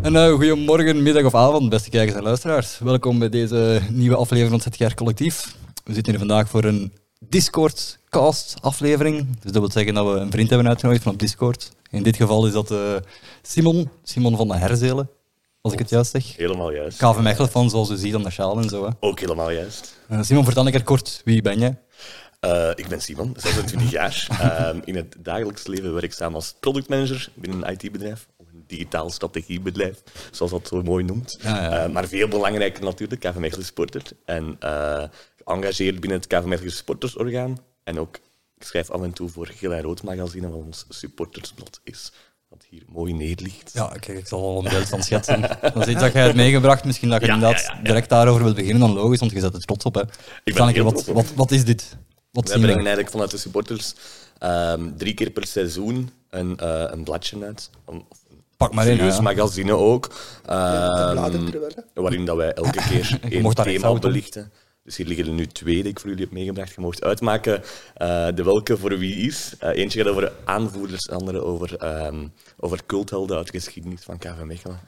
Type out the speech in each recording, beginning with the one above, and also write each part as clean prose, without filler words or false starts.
Goedemorgen, middag of avond, beste kijkers en luisteraars. Welkom bij deze nieuwe aflevering van het ZGR Collectief. We zitten hier vandaag voor een Discord-cast-aflevering. Dus dat wil zeggen dat we een vriend hebben uitgenodigd van op Discord. In dit geval is dat Simon van de Herzelen, als ik het juist zeg. Helemaal juist. KV Mechelen-fan, zoals u ziet aan de sjaal en zo. Hè. Ook helemaal juist. Simon, vertel een keer kort, wie ben jij? Ik ben Simon, 26 jaar. In het dagelijks leven werkzaam als productmanager binnen een IT-bedrijf. Of een digitaal strategiebedrijf, zoals dat zo mooi noemt. Ja. Maar veel belangrijker natuurlijk, KV Mechelen supporter. En geëngageerd binnen het KV Mechelen supportersorgaan. En ook, ik schrijf af en toe voor Geel en Rood magazine, wat ons supportersblad is. Dat hier mooi neer ligt. Ja, kijk, ik zal wel een beeld van schetsen. Dat is iets dat jij hebt meegebracht. Misschien dat je inderdaad direct daarover wilt beginnen, dan logisch, want je zet er trots op. Hè. Wat is dit? Wij brengen eigenlijk vanuit de supporters 3 keer per seizoen een bladje uit. Pak maar in. Een magazine ook. Waarin dat wij elke keer één thema belichten. Dus hier liggen er nu 2 die ik voor jullie heb meegebracht. Je mocht uitmaken de welke voor wie is. Eentje gaat over aanvoerders, de andere over culthelden uit de geschiedenis van KV Mechelen.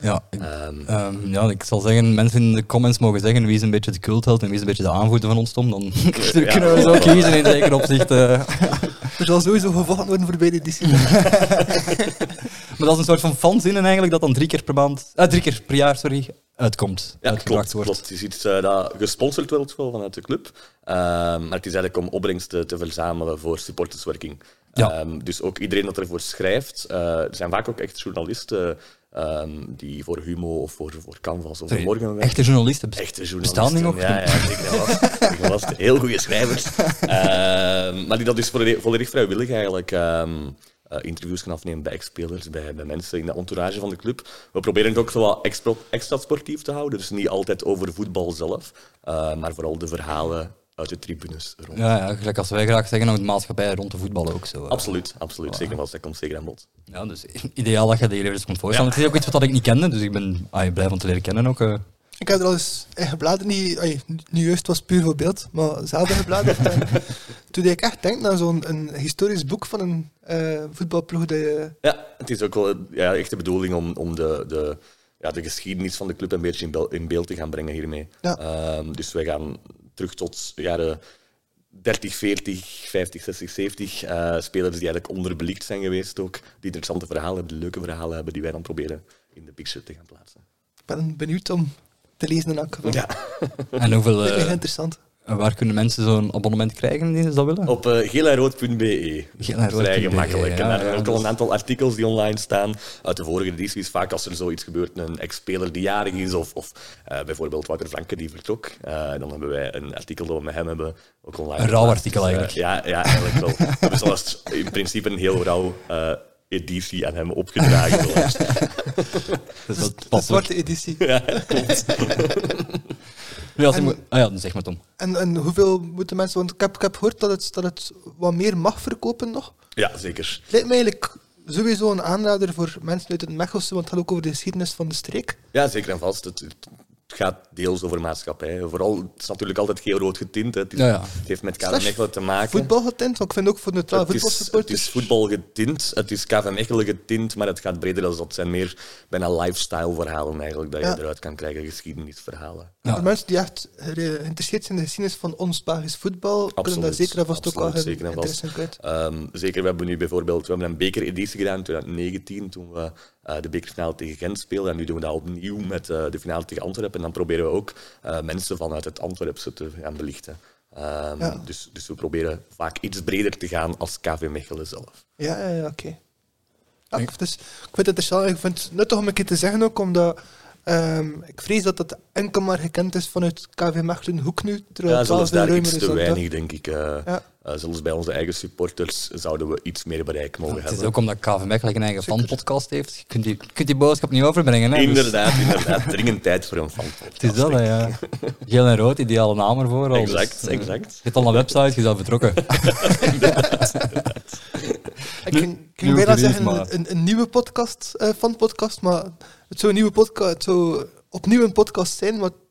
Ik zal zeggen, mensen in de comments mogen zeggen wie is een beetje de cultheld en wie is een beetje de aanvoerder van ons, Tom. Dan kunnen we zo kiezen in zeker opzicht. Er zal sowieso gevochten worden voor beide disciplines. Maar dat is een soort van fanzinnen eigenlijk, dat dan 3 keer per jaar uitkomt. Ja, klopt. Het is iets dat gesponsord wordt vanuit de club. Maar het is eigenlijk om opbrengsten te verzamelen voor supporterswerking. Ja. Dus ook iedereen dat ervoor schrijft. Er zijn vaak ook echt journalisten die voor Humo of voor Canvas of voor Morgen... Echte journalisten? Bestaan die nog? Ja, zeker wel. Heel goede schrijvers. Maar die dat dus volledig vrijwillig eigenlijk... interviews gaan afnemen bij ex-spelers, bij mensen in de entourage van de club. We proberen het ook zo wat extra sportief te houden, dus niet altijd over voetbal zelf, maar vooral de verhalen uit de tribunes rond. Ja, gelijk als wij graag zeggen, de maatschappij rond de voetbal ook zo. Absoluut. Zeker vast, dat komt zeker aan bod. Ja, dus ideaal dat je de hele komt voorstellen. Het is ook iets wat ik niet kende, dus ik ben blij om te leren kennen ook. Ik heb er al eens gebladerd, niet juist was puur voor beeld, maar zelf gebladerd. Toen deed ik echt denk naar zo'n historisch boek van een voetbalploeg. Ja, het is ook wel echt de bedoeling om de geschiedenis van de club een beetje in beeld te gaan brengen hiermee. Ja. Dus wij gaan terug tot jaren 30, 40, 50, 60, 70 spelers die eigenlijk onderbelicht zijn geweest ook, die interessante verhalen hebben, die leuke verhalen hebben, die wij dan proberen in de picture te gaan plaatsen. Ik ben benieuwd om te lezen in elk geval. Ja. En hoeveel... Dat is interessant. Waar kunnen mensen zo'n abonnement krijgen indien ze dat willen? Op geelenrood.be. Vrij gemakkelijk. Ja, en daar zijn ook al een aantal artikels die online staan uit de vorige edities. Vaak als er zoiets gebeurt, een ex-speler die jarig is, of bijvoorbeeld Wouter Franke die vertrok. Dan hebben wij een artikel dat we met hem hebben ook online. Een rauw artikel eigenlijk. Ja, eigenlijk wel. We hebben zelfs in principe een heel rauw editie aan hem opgedragen. De zwarte editie. Ja, klopt. Dan zeg maar, Tom. En hoeveel moeten mensen... Want ik heb gehoord dat het wat meer mag verkopen nog. Ja, zeker. Het lijkt me eigenlijk sowieso een aanrader voor mensen uit het Mechelse, want het gaat ook over de geschiedenis van de streek. Ja, zeker en vast. Het gaat deels over maatschappij. Vooral, het is natuurlijk altijd geel-rood getint. Hè. Het heeft met KV Mechelen te maken. Voetbal getint, want ik vind ook voor neutraal voetbalsupporters... Het is voetbal getint, het is KV Mechelen getint, maar het gaat breder dan dat. Het zijn meer bijna lifestyle-verhalen eigenlijk, dat je eruit kan krijgen, geschiedenisverhalen. Ja. Voor mensen die echt geïnteresseerd zijn in de geschiedenis van ons Belgisch voetbal, kunnen dat zeker en vast ook wel interesse kwijt. Zeker, we hebben nu bijvoorbeeld een bekereditie gedaan in 2019, toen we de bekerfinale tegen Gent speelden. En nu doen we dat opnieuw met de finale tegen Antwerpen. En dan proberen we ook mensen vanuit het Antwerpse te gaan belichten. Dus we proberen vaak iets breder te gaan als KV Mechelen zelf. Ja, oké. Ja, dus, ik vind het interessant. Ik vind het nuttig om een keer te zeggen ook, omdat ik vrees dat dat enkel maar gekend is vanuit KV Mechelen Hoek nu. Zelfs daar iets te weinig, denk ik. Zelfs bij onze eigen supporters zouden we iets meer bereik mogen hebben. Het is ook omdat KV Mechelen een eigen fanpodcast heeft. Je kunt die boodschap niet overbrengen. Hè? Inderdaad. Dringend tijd voor een fanpodcast. Het is dat, ja. Geel en rood, ideale naam ervoor. Exact. Je hebt al een website, je bent vertrokken. Ik ging bijna zeggen een nieuwe podcast, fanpodcast, maar het zou opnieuw een podcast zijn, maar het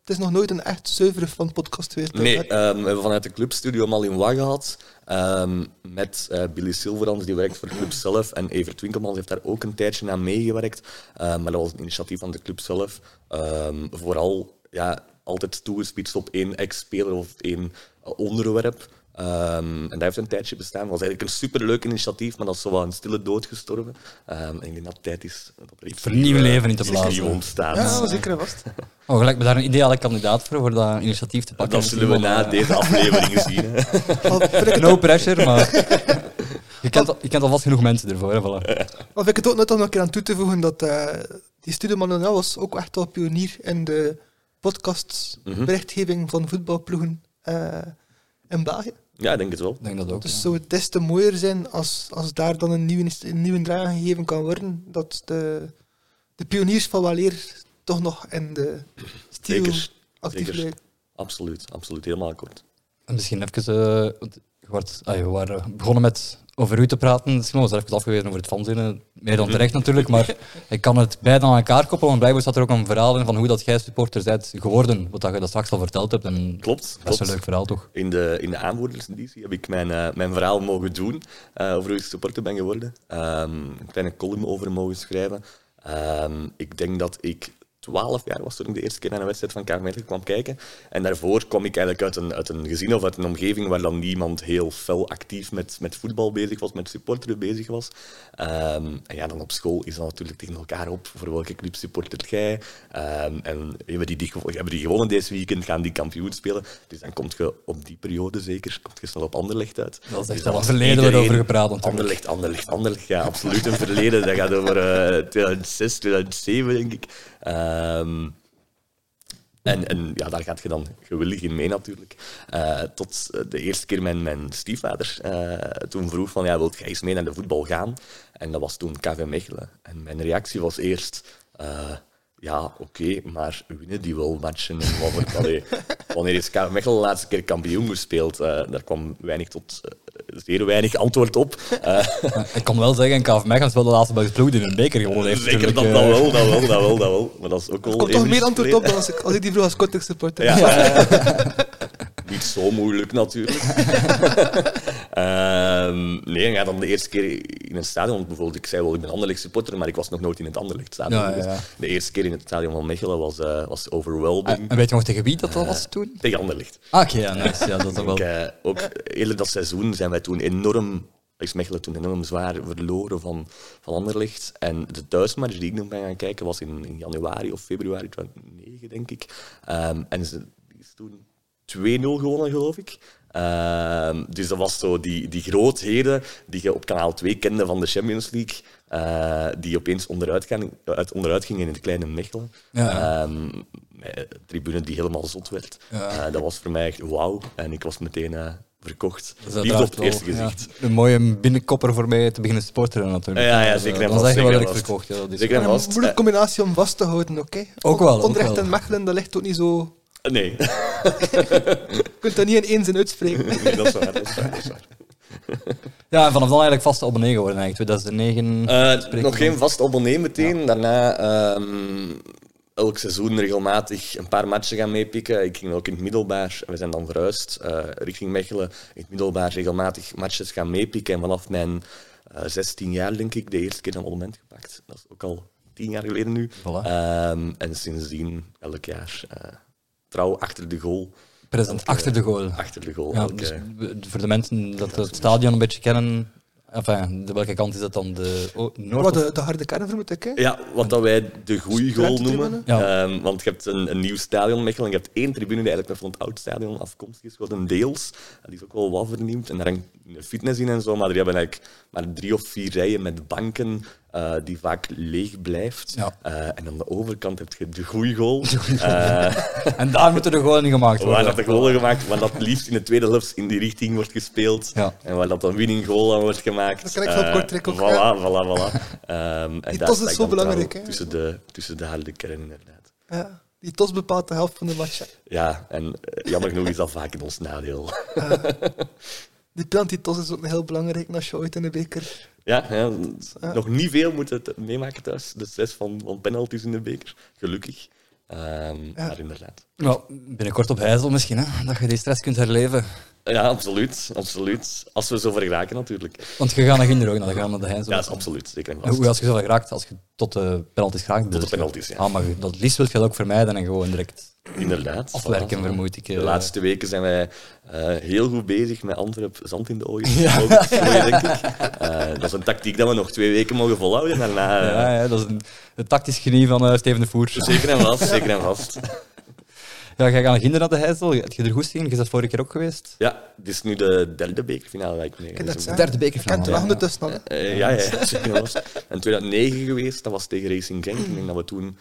Het is nog nooit een echt zuivere fanpodcast geweest. Nee, we hebben vanuit de clubstudio Malinois gehad. Met Billy Silverans, die werkt voor de club zelf. En Evert Winkelmans heeft daar ook een tijdje aan meegewerkt. Maar dat was een initiatief van de club zelf. Vooral altijd toegespitst op één ex-speler of één onderwerp. En dat heeft een tijdje bestaan. Het was eigenlijk een superleuk initiatief, maar dat is zo wel een stille dood gestorven. En ik denk dat het tijd is dat er iets Vernieuw leven in te blazen. nieuw ontstaat. Ja, zeker en vast. Oh, gelijk me daar een ideale kandidaat voor dat initiatief te pakken. Dat zullen we na deze aflevering zien. Hè. No pressure, maar je kent alvast genoeg mensen ervoor. Hè, voilà. Of ik het ook net nog een keer aan toe te voegen dat die Studio Malinois was ook echt wel pionier in de podcastberichtgeving van voetbalploegen in België. Ja, ik denk het wel. Ik denk dat ook. Dus zou het des te mooier zijn als daar dan een nieuwe draai aan gegeven kan worden, dat de pioniers van weleer toch nog in de stijl actief blijven. Absoluut, helemaal akkoord. En misschien even... we waren begonnen met over u te praten. Simon was even afgewezen over het fanzinnen. Meer dan terecht natuurlijk, maar ik kan het beide aan elkaar koppelen. Want blijkbaar staat er ook een verhaal in van hoe dat jij supporter bent geworden. Wat je dat straks al verteld hebt. En Klopt. Dat is een leuk verhaal, toch? In de aanvoerderseditie heb ik mijn verhaal mogen doen over hoe ik supporter ben geworden. Een kleine column over mogen schrijven. Ik denk dat ik 12 jaar was toen ik de eerste keer naar een wedstrijd van KV Mechelen kwam kijken. En daarvoor kwam ik eigenlijk uit een gezin of uit een omgeving waar dan niemand heel fel actief met voetbal bezig was, met supporteren bezig was. En ja, dan op school is dat natuurlijk tegen elkaar op voor welke club supportert jij. En hebben die gewonnen deze weekend, gaan die kampioen spelen. Dus dan kom je op die periode zeker snel op Anderlecht uit. Dat is echt dus wel een verleden waarover gepraat natuurlijk. Anderlecht, ja, absoluut een verleden. Dat gaat over 2006, 2007, denk ik. En ja, daar gaat je dan gewillig in mee natuurlijk. Tot de eerste keer mijn stiefvader toen vroeg van, wilt jij eens mee naar de voetbal gaan? En dat was toen KV Mechelen. En mijn reactie was eerst... oké, maar winnen die wel matchen? Wanneer is KV Mechelen de laatste keer kampioen gespeeld? Daar kwam zeer weinig antwoord op. Ik kan wel zeggen, KV Mechelen is wel de laatste Belgische ploeg die een beker gewonnen heeft. Zeker, dat wel. Maar dat is ook wel... Er komt toch meer antwoord op dan als ik die vroeg als Kortrijk supporter. Ja. Niet zo moeilijk natuurlijk. Nee, dan de eerste keer in een stadion. Bijvoorbeeld, ik zei wel, ik ben Anderlecht supporter, maar ik was nog nooit in het Anderlecht stadion. Ja. Dus de eerste keer in het stadion van Mechelen was overwhelming. En weet je nog tegen wie dat was toen? Tegen Anderlecht. Oké, nice. Ja, dat is wel... Ook eerder dat seizoen zijn wij toen is Mechelen toen enorm zwaar verloren van Anderlecht. En de thuismatch die ik nog ben gaan kijken was in januari of februari 2009, denk ik. En die is toen 2-0 gewonnen, geloof ik. Dus dat was zo die grootheden die je op kanaal 2 kende van de Champions League, die opeens onderuit gingen in het kleine Mechelen. Ja. Met een tribune die helemaal zot werd. Ja. Dat was voor mij echt wauw. En ik was meteen verkocht. Dat Liefde op het eerste gezicht. Ja, een mooie binnenkopper voor mij te beginnen sporteren natuurlijk. Ja, zeker en Dan vast. zeg je wel direct verkocht. Ja, dat is Zeker en Een vast. moeilijke combinatie om vast te houden, oké? Ook wel. Onrecht en Mechelen, dat ligt ook niet zo... Nee. Je kunt dat niet in één zin uitspreken. Nee, dat is waar. Ja, en vanaf dan eigenlijk vaste abonnee geworden eigenlijk. 2009... Nog geen vast abonnee meteen. Ja. Daarna elk seizoen regelmatig een paar matchen gaan meepikken. Ik ging ook in het middelbaar. We zijn dan verhuisd richting Mechelen. In het middelbaar regelmatig matches gaan meepikken. En vanaf mijn 16 jaar, denk ik, de eerste keer een abonnement gepakt. Dat is ook al 10 jaar geleden nu. Voilà. En sindsdien elk jaar trouw achter de goal. Present achter de goal. Achter de goal. Ja, dus voor de mensen dat het stadion een beetje kennen... Enfin, de welke kant is dat dan? De noord? De harde kern vermoed ik, hè? Ja, wat dat wij de goeie goal noemen. Ja. Want je hebt een nieuw stadion, Mechelen. Je hebt 1 tribune die eigenlijk van het oud stadion afkomstig is geworden, deels. Die is ook wel wat vernieuwd. En daar hangt een fitness in en zo. Maar die hebben eigenlijk maar 3 of 4 rijen met banken die vaak leeg blijft. Ja. En aan de overkant heb je de goeie goal. En daar moeten de goalen in gemaakt worden. Waar dat de goal gemaakt, waar dat liefst in de tweede helft in die richting wordt gespeeld. Ja. En waar dat een winning goal aan wordt gemaakt. Dat kan ik van Kortrijk ook. Voilà. Die tos is zo belangrijk, hè? Tussen de harde kern, inderdaad. Ja, die tos bepaalt de helft van de match. Hè. Ja, en jammer genoeg is dat vaak in ons nadeel. Die penalty-tos is ook heel belangrijk als je ooit in de beker... Ja, nog niet veel moeten meemaken thuis. De 6 van penalties in de beker, gelukkig. Maar inderdaad. Nou, binnenkort op Heijzel misschien, hè? Dat je die stress kunt herleven. Ja, absoluut. Als we zover geraken, natuurlijk. Want je gaat naar Ginder ook, dan gaan we naar de Heijzel. Ja, dat is absoluut. Zeker en Hoe vast. als je zover geraakt, als je tot de penalties geraakt? Tot de penalties, ja. Maar dat liefst wil je dat ook vermijden en gewoon direct Inderdaad. afwerken, Voilà. vermoed ik. De laatste weken zijn wij heel goed bezig met Antwerp zand in de ogen. Ja. Ook het gooien, denk ik. Dat is een tactiek dat we nog 2 weken mogen volhouden. Daarna, Ja, dat is een tactisch genie van Steven de Voer. Zeker en vast, zeker en vast. Ja, ga je naar Ginder naar de Heijzel? Heb je er goed in? Je bent vorige keer ook geweest. Ja, dit is nu de 3e bekerfinale dat ik mee Ik kan dat ga. zeggen. Derde bekerfinale. Ik ken het wel ondertussen al. Ja, zeker en vast. En 2009 geweest, dat was tegen Racing Genk. Ik denk dat we toen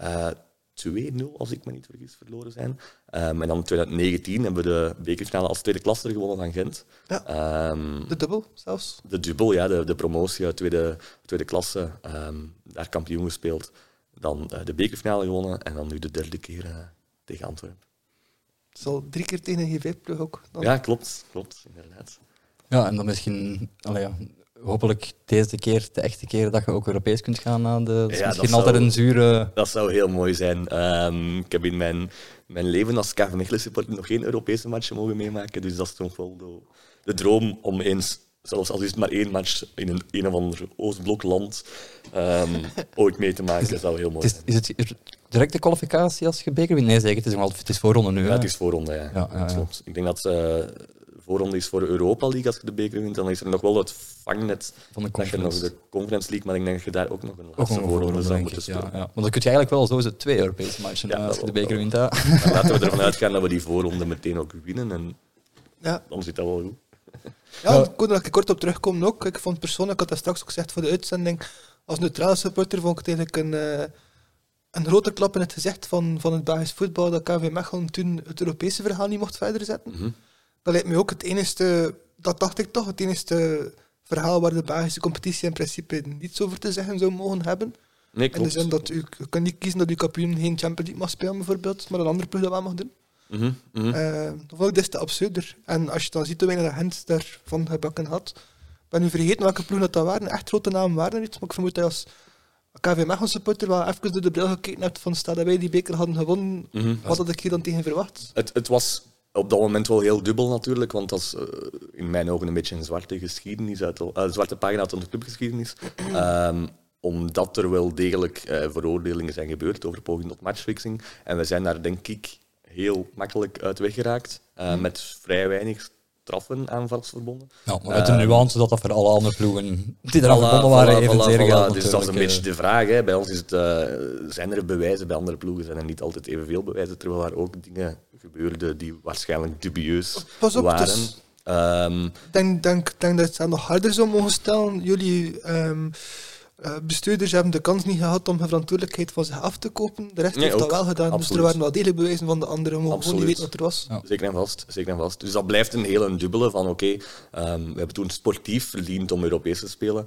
2-0, als ik me niet vergis, verloren zijn. En dan 2019 hebben we de bekerfinale als tweede klasse gewonnen van Gent. Ja. De dubbel zelfs. De dubbel, ja, de promotie uit tweede klasse. Daar kampioen gespeeld. Dan de bekerfinale gewonnen en dan nu de 3e keer tegen Antwerpen. Het is al 3 keer tegen een G5-ploeg ook. Dan. Ja, klopt, inderdaad. Ja, en dan misschien, hopelijk deze keer, de echte keer, dat je ook Europees kunt gaan. Dat is Ja, misschien dat altijd zou- een zure... Dat zou heel mooi zijn. Ik heb in mijn leven als KV Mechelen supporter nog geen Europese matchen mogen meemaken, dus dat is toch wel de droom om eens, zelfs al is het maar 1 match in een of ander Oostblokland, ooit mee te maken. Dat zou heel mooi zijn. Is het directe kwalificatie als je beker wint? Nee, zeker. Het is voorronde nu. Ja, hè? het is voorronde, ja. Ja. Klopt. Ik denk dat voorronde is voor de Europa League als je de beker wint. Dan is er nog wel het vangnet Van de dat je nog conference. de Conference League, maar ik denk dat je daar ook nog een Ook laatste nog een voorronde zou denk moeten ik. Ja, spelen. ja. Want dan kun je eigenlijk wel sowieso 2 Europese matchen Ja, als je de dat beker wel. wint. Ja. Dan laten we ervan uitgaan dat we die voorronde meteen ook winnen en Ja. dan zit dat wel goed. Ja, ik kon er kort op terugkomen ook. Ik vond persoonlijk, ik had dat straks ook gezegd voor de uitzending, als neutrale supporter vond ik het eigenlijk een grote klap in het gezicht van het Belgisch voetbal dat KV Mechelen toen het Europese verhaal niet mocht verder zetten. Mhm. Dat lijkt me ook het enige, dat dacht ik toch, het enige verhaal waar de Belgische competitie in principe niets over te zeggen zou mogen hebben. Nee, In de klopt. zin dat u kan niet kiezen dat uw kampioen geen Champions League mag spelen bijvoorbeeld, maar een andere ploeg dat wel mag doen. Mhm, mhm. Dat vond ik des te absurder. En als je dan ziet hoe weinig de Gent daarvan gebakken had, ik ben nu vergeten welke ploeg dat waren. Echt grote namen waren er niet, maar ik vermoed dat je als KV Mechelen supporter wel even door de bril gekeken hebt van stel dat wij die beker hadden gewonnen, Mhm. wat had ik hier dan tegen verwacht? Het was op dat moment wel heel dubbel natuurlijk, want dat is in mijn ogen een beetje een zwarte geschiedenis, zwarte pagina uit de clubgeschiedenis. Omdat er wel degelijk veroordelingen zijn gebeurd over poging tot matchfixing. En we zijn daar denk ik heel makkelijk uit weggeraakt, met vrij weinig straffen aan vastverbonden. Ja, maar met de nuance dat voor alle andere ploegen die eraan verbonden waren evenzeer geldt. Dus dat is een natuurlijk, beetje de vraag. Hè. Bij ons is het, zijn er bewijzen, bij andere ploegen zijn er niet altijd evenveel bewijzen, terwijl er ook dingen gebeurden die waarschijnlijk dubieus Pas op, waren. dus- Ehm, Ik denk dat het ze nog harder zou mogen stellen. Jullie bestuurders hebben de kans niet gehad om hun verantwoordelijkheid van zich af te kopen. De rest Nee, heeft dat ook. wel gedaan. Dus Absoluut. er waren wel degelijk bewijzen van de anderen. We mogen gewoon niet Absoluut. weten wat er was. Ja. Zeker en vast, zeker en vast. Dus dat blijft een hele dubbele van oké, we hebben toen sportief verdiend om Europees te spelen.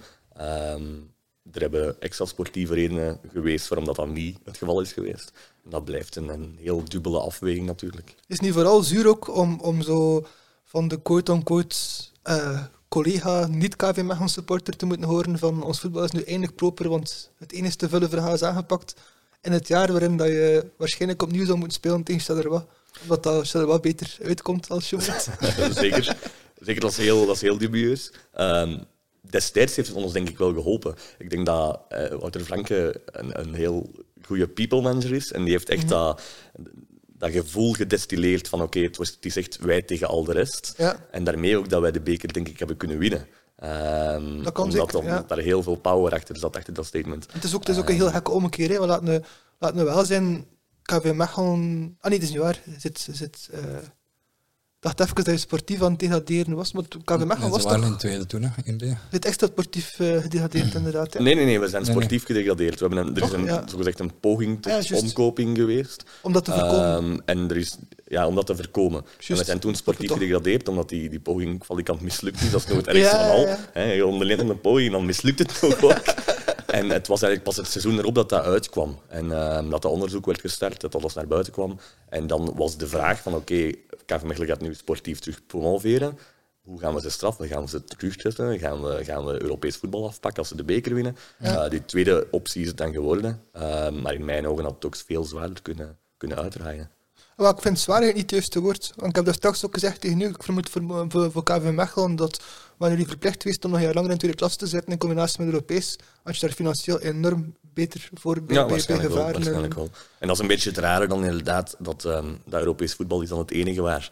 Er hebben extra sportieve redenen geweest waarom dat niet het geval is geweest. En dat blijft een heel dubbele afweging natuurlijk. Het is niet vooral zuur ook om zo van de quote-unquote collega, niet-KV Mechelen supporter te moeten horen van ons voetbal is nu eindelijk proper, want het enige vulle verhaal is aangepakt in het jaar waarin dat je waarschijnlijk opnieuw zou moeten spelen tegen Charleroi. Omdat dat Charleroi beter uitkomt als je moet. Zeker, dat is heel dubieus. Destijds heeft het ons denk ik wel geholpen. Ik denk dat Wouter Franke een heel goede people manager is en die heeft echt dat gevoel gedestilleerd van oké, het is echt wij tegen al de rest. Ja. En daarmee ook dat wij de beker denk ik hebben kunnen winnen. Dat kan omdat zeker, ja. daar heel veel power achter zat, achter dat statement. Het is ook een heel gekke ommekeer. Hè. Laten we wel zijn, KV Mechelen... Ah nee, dat is niet waar. Ik dacht even dat je sportief aan het degraderen was, maar KV Mechelen ze was waren in toch... het tweede toen, hè, in B. Het extra sportief gedegradeerd, inderdaad. Hè. Nee, we zijn Nee, sportief gedegradeerd. We hebben er is Toch, ja. zogezegd een poging tot Ja, juist. omkoping geweest. Om dat te voorkomen. En er is, om dat te voorkomen. En we Juist, zijn toen sportief toch. gedegradeerd, omdat die poging valikant mislukt is. Dat is nog het ergste Ja, van al. ja. Hè, je onderneemt een poging, dan mislukt het nog ook. En het was eigenlijk pas het seizoen erop dat uitkwam. En dat dat onderzoek werd gestart, dat alles naar buiten kwam. En dan was de vraag van oké, KV Mechelen gaat nu sportief terug promoveren. hoe gaan we ze straffen? Gaan we ze terugzetten? Gaan we Europees voetbal afpakken als ze de beker winnen? Die tweede optie is het dan geworden. Maar in mijn ogen had het ook veel zwaarder kunnen uitdraaien. Maar ik vind zwaarheid niet het juiste woord. Want ik heb daar straks ook gezegd tegen u, ik vermoed voor KV Mechelen, dat wanneer je verplicht geweest om nog een jaar langer in tweede klasse te zitten in combinatie met Europees, als je daar financieel enorm beter voor bij waarschijnlijk wel, gevaren. waarschijnlijk wel. En dat is een beetje het rare dan inderdaad, dat Europees voetbal is dan het enige waar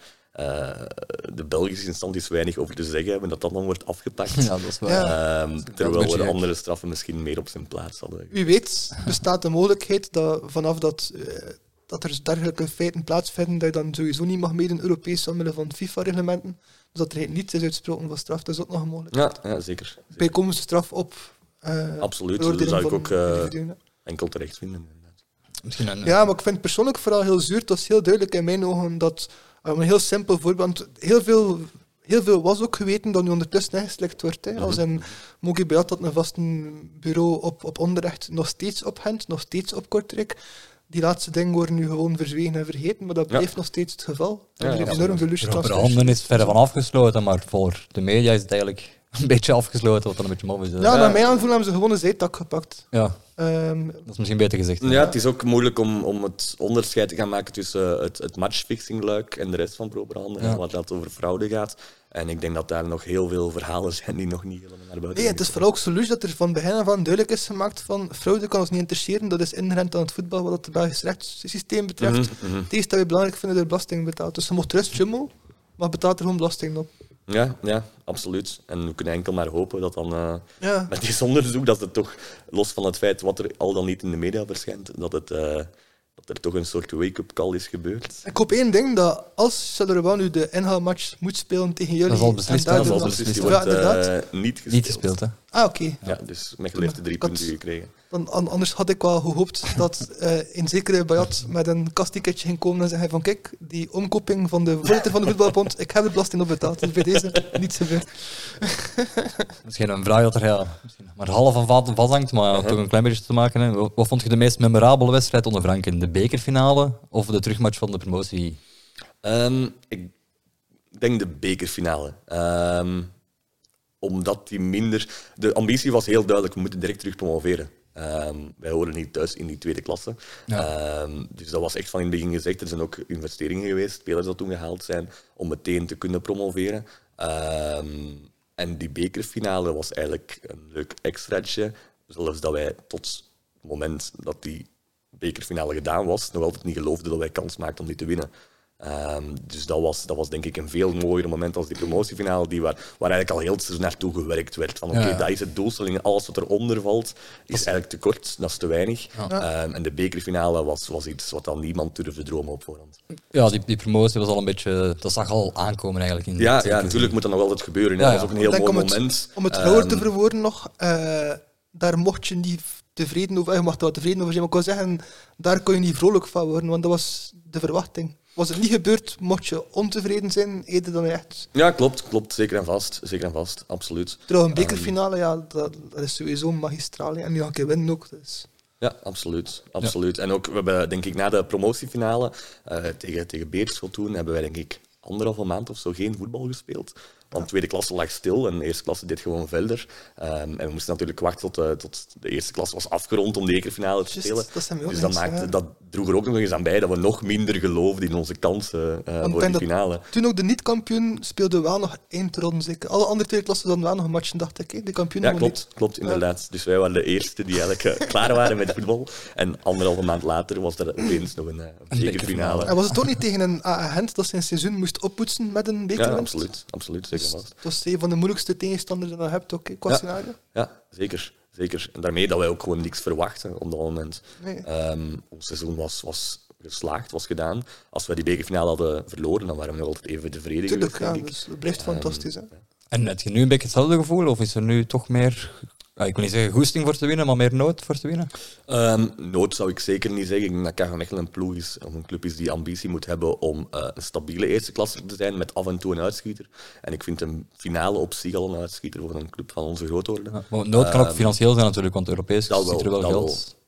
de Belgische instanties weinig over te zeggen hebben, dat dan wordt afgepakt. Ja, dat is waar. Terwijl we de andere straffen misschien meer op zijn plaats hadden. Wie weet bestaat de mogelijkheid dat vanaf dat er dergelijke feiten plaatsvinden, dat je dan sowieso niet mag meedoen Europees omwille van FIFA-reglementen. Dus dat er niets is uitsproken van straf, dat is ook nog een mogelijkheid. Ja, zeker. Bijkomende straf op absoluut, dat zou ik ook enkel terecht vinden. Ja, maar ik vind het persoonlijk vooral heel zuur. Het was heel duidelijk in mijn ogen dat, een heel simpel voorbeeld, heel veel was ook geweten dat nu ondertussen ingeslikt wordt. Hè. Als een Mogi Beat had een vast bureau op Onderrecht, nog steeds op Gent, nog steeds op Kortrijk. Die laatste dingen worden nu gewoon verzwegen en vergeten, maar dat blijft nog steeds het geval. Er is enorm veel lust Robert Handen is verder van afgesloten, maar voor de media is het eigenlijk een beetje afgesloten, wat dan een beetje mooi is. Ja, naar mijn aanvoel hebben ze gewoon een zijtak gepakt. Ja, dat is misschien beter gezegd. Ja, het is ook moeilijk om het onderscheid te gaan maken tussen het matchfixing-luik en de rest van Proberhanden, wat dat over fraude gaat. En ik denk dat daar nog heel veel verhalen zijn die nog niet helemaal naar buiten Nee, het is vooral ook zo lucht dat er van begin af aan duidelijk is gemaakt van fraude kan ons niet interesseren, dat is inherent aan het voetbal wat het Belgisch rechtssysteem betreft. Het eerste dat we belangrijk vinden, dat je belasting betaalt. Dus je mocht rust jumbo, maar betaalt er gewoon belasting op. Ja, absoluut. En we kunnen enkel maar hopen dat dan met dit onderzoek, dat het toch, los van het feit wat er al dan niet in de media verschijnt, dat er toch een soort wake-up call is gebeurd. Ik hoop één ding, dat als Charleroi nu de inhaalmatch moet spelen tegen jullie... Dat is al beslist, Dat is al beslist, die wordt niet gespeeld. Hè? Ah, oké. Ja, dus Mechelen heeft de 3 punten gekregen. Anders had ik wel gehoopt dat een zekere Bayat met een kastticketje ging komen en zeggen van kijk, die omkoping van de voorzitter van de voetbalbond, ik heb de belasting opbetaald. Dus bij deze niets gebeurd. Misschien een vraag dat er misschien maar half van vasthangt, maar toch een klein beetje te maken. Hè. Wat vond je de meest memorabele wedstrijd onder Franken? De bekerfinale of de terugmatch van de promotie? Ik denk de bekerfinale. Omdat die minder... De ambitie was heel duidelijk, we moeten direct terug promoveren. Wij horen niet thuis in die tweede klasse. Ja. Dus dat was echt van in het begin gezegd. Er zijn ook investeringen geweest, spelers dat toen gehaald zijn, om meteen te kunnen promoveren. En die bekerfinale was eigenlijk een leuk extraatje. Zelfs dat wij tot het moment dat die bekerfinale gedaan was, nog altijd niet geloofden dat wij kans maakten om die te winnen. Dus dat was denk ik een veel mooier moment als die promotiefinale, waar eigenlijk al heel snel naartoe gewerkt werd. Van oké, dat is het doelstelling, alles wat eronder valt is eigenlijk te kort, dat is te weinig. En de bekerfinale was iets wat dan niemand durfde dromen op voorhand. Ja, die promotie was al een beetje... Dat zag al aankomen eigenlijk. Ja, natuurlijk moet dat nog altijd gebeuren. Dat was ook een heel mooi moment. Om het rauwer te verwoorden nog, daar mocht je niet tevreden over... Je mag er wel tevreden over zijn, maar ik wil zeggen, daar kon je niet vrolijk van worden, want dat was de verwachting. Was het niet gebeurd, mocht je ontevreden zijn, eerder dan echt... Ja, klopt. Zeker en vast. Absoluut. Terwijl een bekerfinale, dat is sowieso magistraal. En nu ga ik winnen ook. Dus. Ja, absoluut. Ja. En ook, we hebben denk ik na de promotiefinale tegen Beerschot toen, hebben wij denk ik 1,5 maand of zo geen voetbal gespeeld. Want tweede klasse lag stil en de eerste klasse deed gewoon verder. En we moesten natuurlijk wachten tot de eerste klasse was afgerond om de bekerfinale te spelen. Dus dat droeg er ook nog eens aan bij dat we nog minder geloofden in onze kansen voor die finale. Toen ook de niet-kampioen speelde wel nog eindronde zeker. Alle andere tweede klassen dan wel nog een matchen, dacht ik. Hè? De kampioen klopt, inderdaad. Dus wij waren de eerste die eigenlijk klaar waren met voetbal. En 1,5 maand later was er opeens nog een bekerfinale. En was het ook niet tegen een Gent dat zijn seizoen moest oppoetsen met een bekerwinst? Ja, absoluut. Zeker. Dat was een van de moeilijkste tegenstanders die je hebt, ook, qua scenario. Ja, zeker. En daarmee dat wij ook gewoon niks verwachten op dat moment. Nee. Ons seizoen was geslaagd, was gedaan. Als we die bekerfinale hadden verloren, dan waren we nog altijd even tevreden. Tuurlijk, dus het blijft fantastisch. Hè? En heb je nu een beetje hetzelfde gevoel, of is er nu toch meer... ik wil niet zeggen goesting voor te winnen, maar meer nood voor te winnen? Nood zou ik zeker niet zeggen. Ik denk dat KV Mechelen een ploeg is, of een club is die ambitie moet hebben om een stabiele eerste klasse te zijn, met af en toe een uitschieter. En ik vind een finale op zich al een uitschieter voor een club van onze grootorde. Ja, maar nood kan ook financieel zijn natuurlijk, want Europees ziet er wel geld.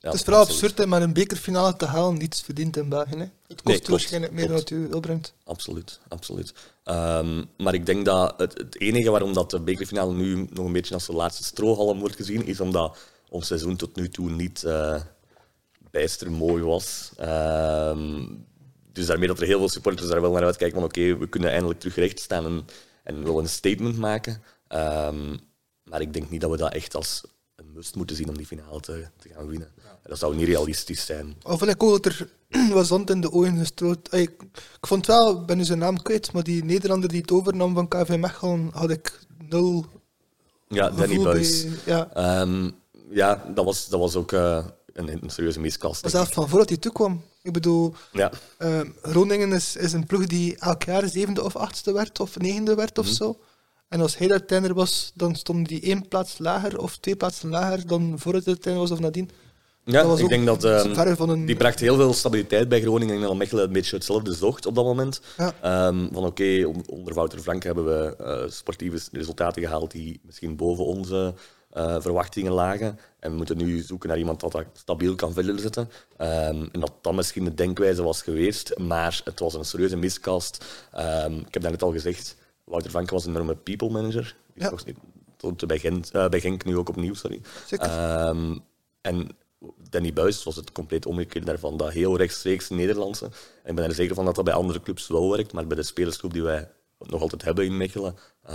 Het is vooral absurd om met een bekerfinale te halen niets verdient in België. Hè. Het kost waarschijnlijk meer dan het u opbrengt. Absoluut. Maar ik denk dat het enige waarom dat de bekerfinale nu nog een beetje als de laatste strohalm wordt gezien, is omdat ons seizoen tot nu toe niet bijster mooi was. Dus daarmee dat er heel veel supporters daar wel naar uitkijken van oké, we kunnen eindelijk terug recht staan en wel een statement maken. Maar ik denk niet dat we dat echt als een must moeten zien om die finale te gaan winnen. Dat zou niet realistisch zijn. Al vond ik ook dat er was zand in de ogen gestrooid. Ik vond wel, ik ben nu zijn naam kwijt, maar die Nederlander die het overnam van KV Mechelen had ik 0. Ja, Danny Buis. Ja, dat was ook een serieuze miskast. Maar zelfs van voordat hij toekwam. Ik bedoel, Groningen is een ploeg die elk jaar 7e of 8e werd, of 9e werd of zo. En als hij daar trainer was, dan stond die 1 plaats lager of 2 plaatsen lager dan voordat hij trainer was of nadien. Ja, ik denk dat die bracht heel veel stabiliteit bij Groningen. En dat Mechelen een beetje hetzelfde zocht op dat moment. Ja. Van oké, onder Wouter Frank hebben we sportieve resultaten gehaald die misschien boven onze verwachtingen lagen. En we moeten nu zoeken naar iemand dat stabiel kan verder zetten. En dat misschien de denkwijze was geweest, maar het was een serieuze miscast. Ik heb net al gezegd, Wouter Frank was een enorme people manager. Ja. Tot bij Genk nu ook opnieuw, sorry. Zeker. En Danny Buis was het compleet omgekeerd daarvan. Dat heel rechtstreeks Nederlandse. En ik ben er zeker van dat dat bij andere clubs wel werkt, maar bij de spelersgroep die wij nog altijd hebben in Mechelen,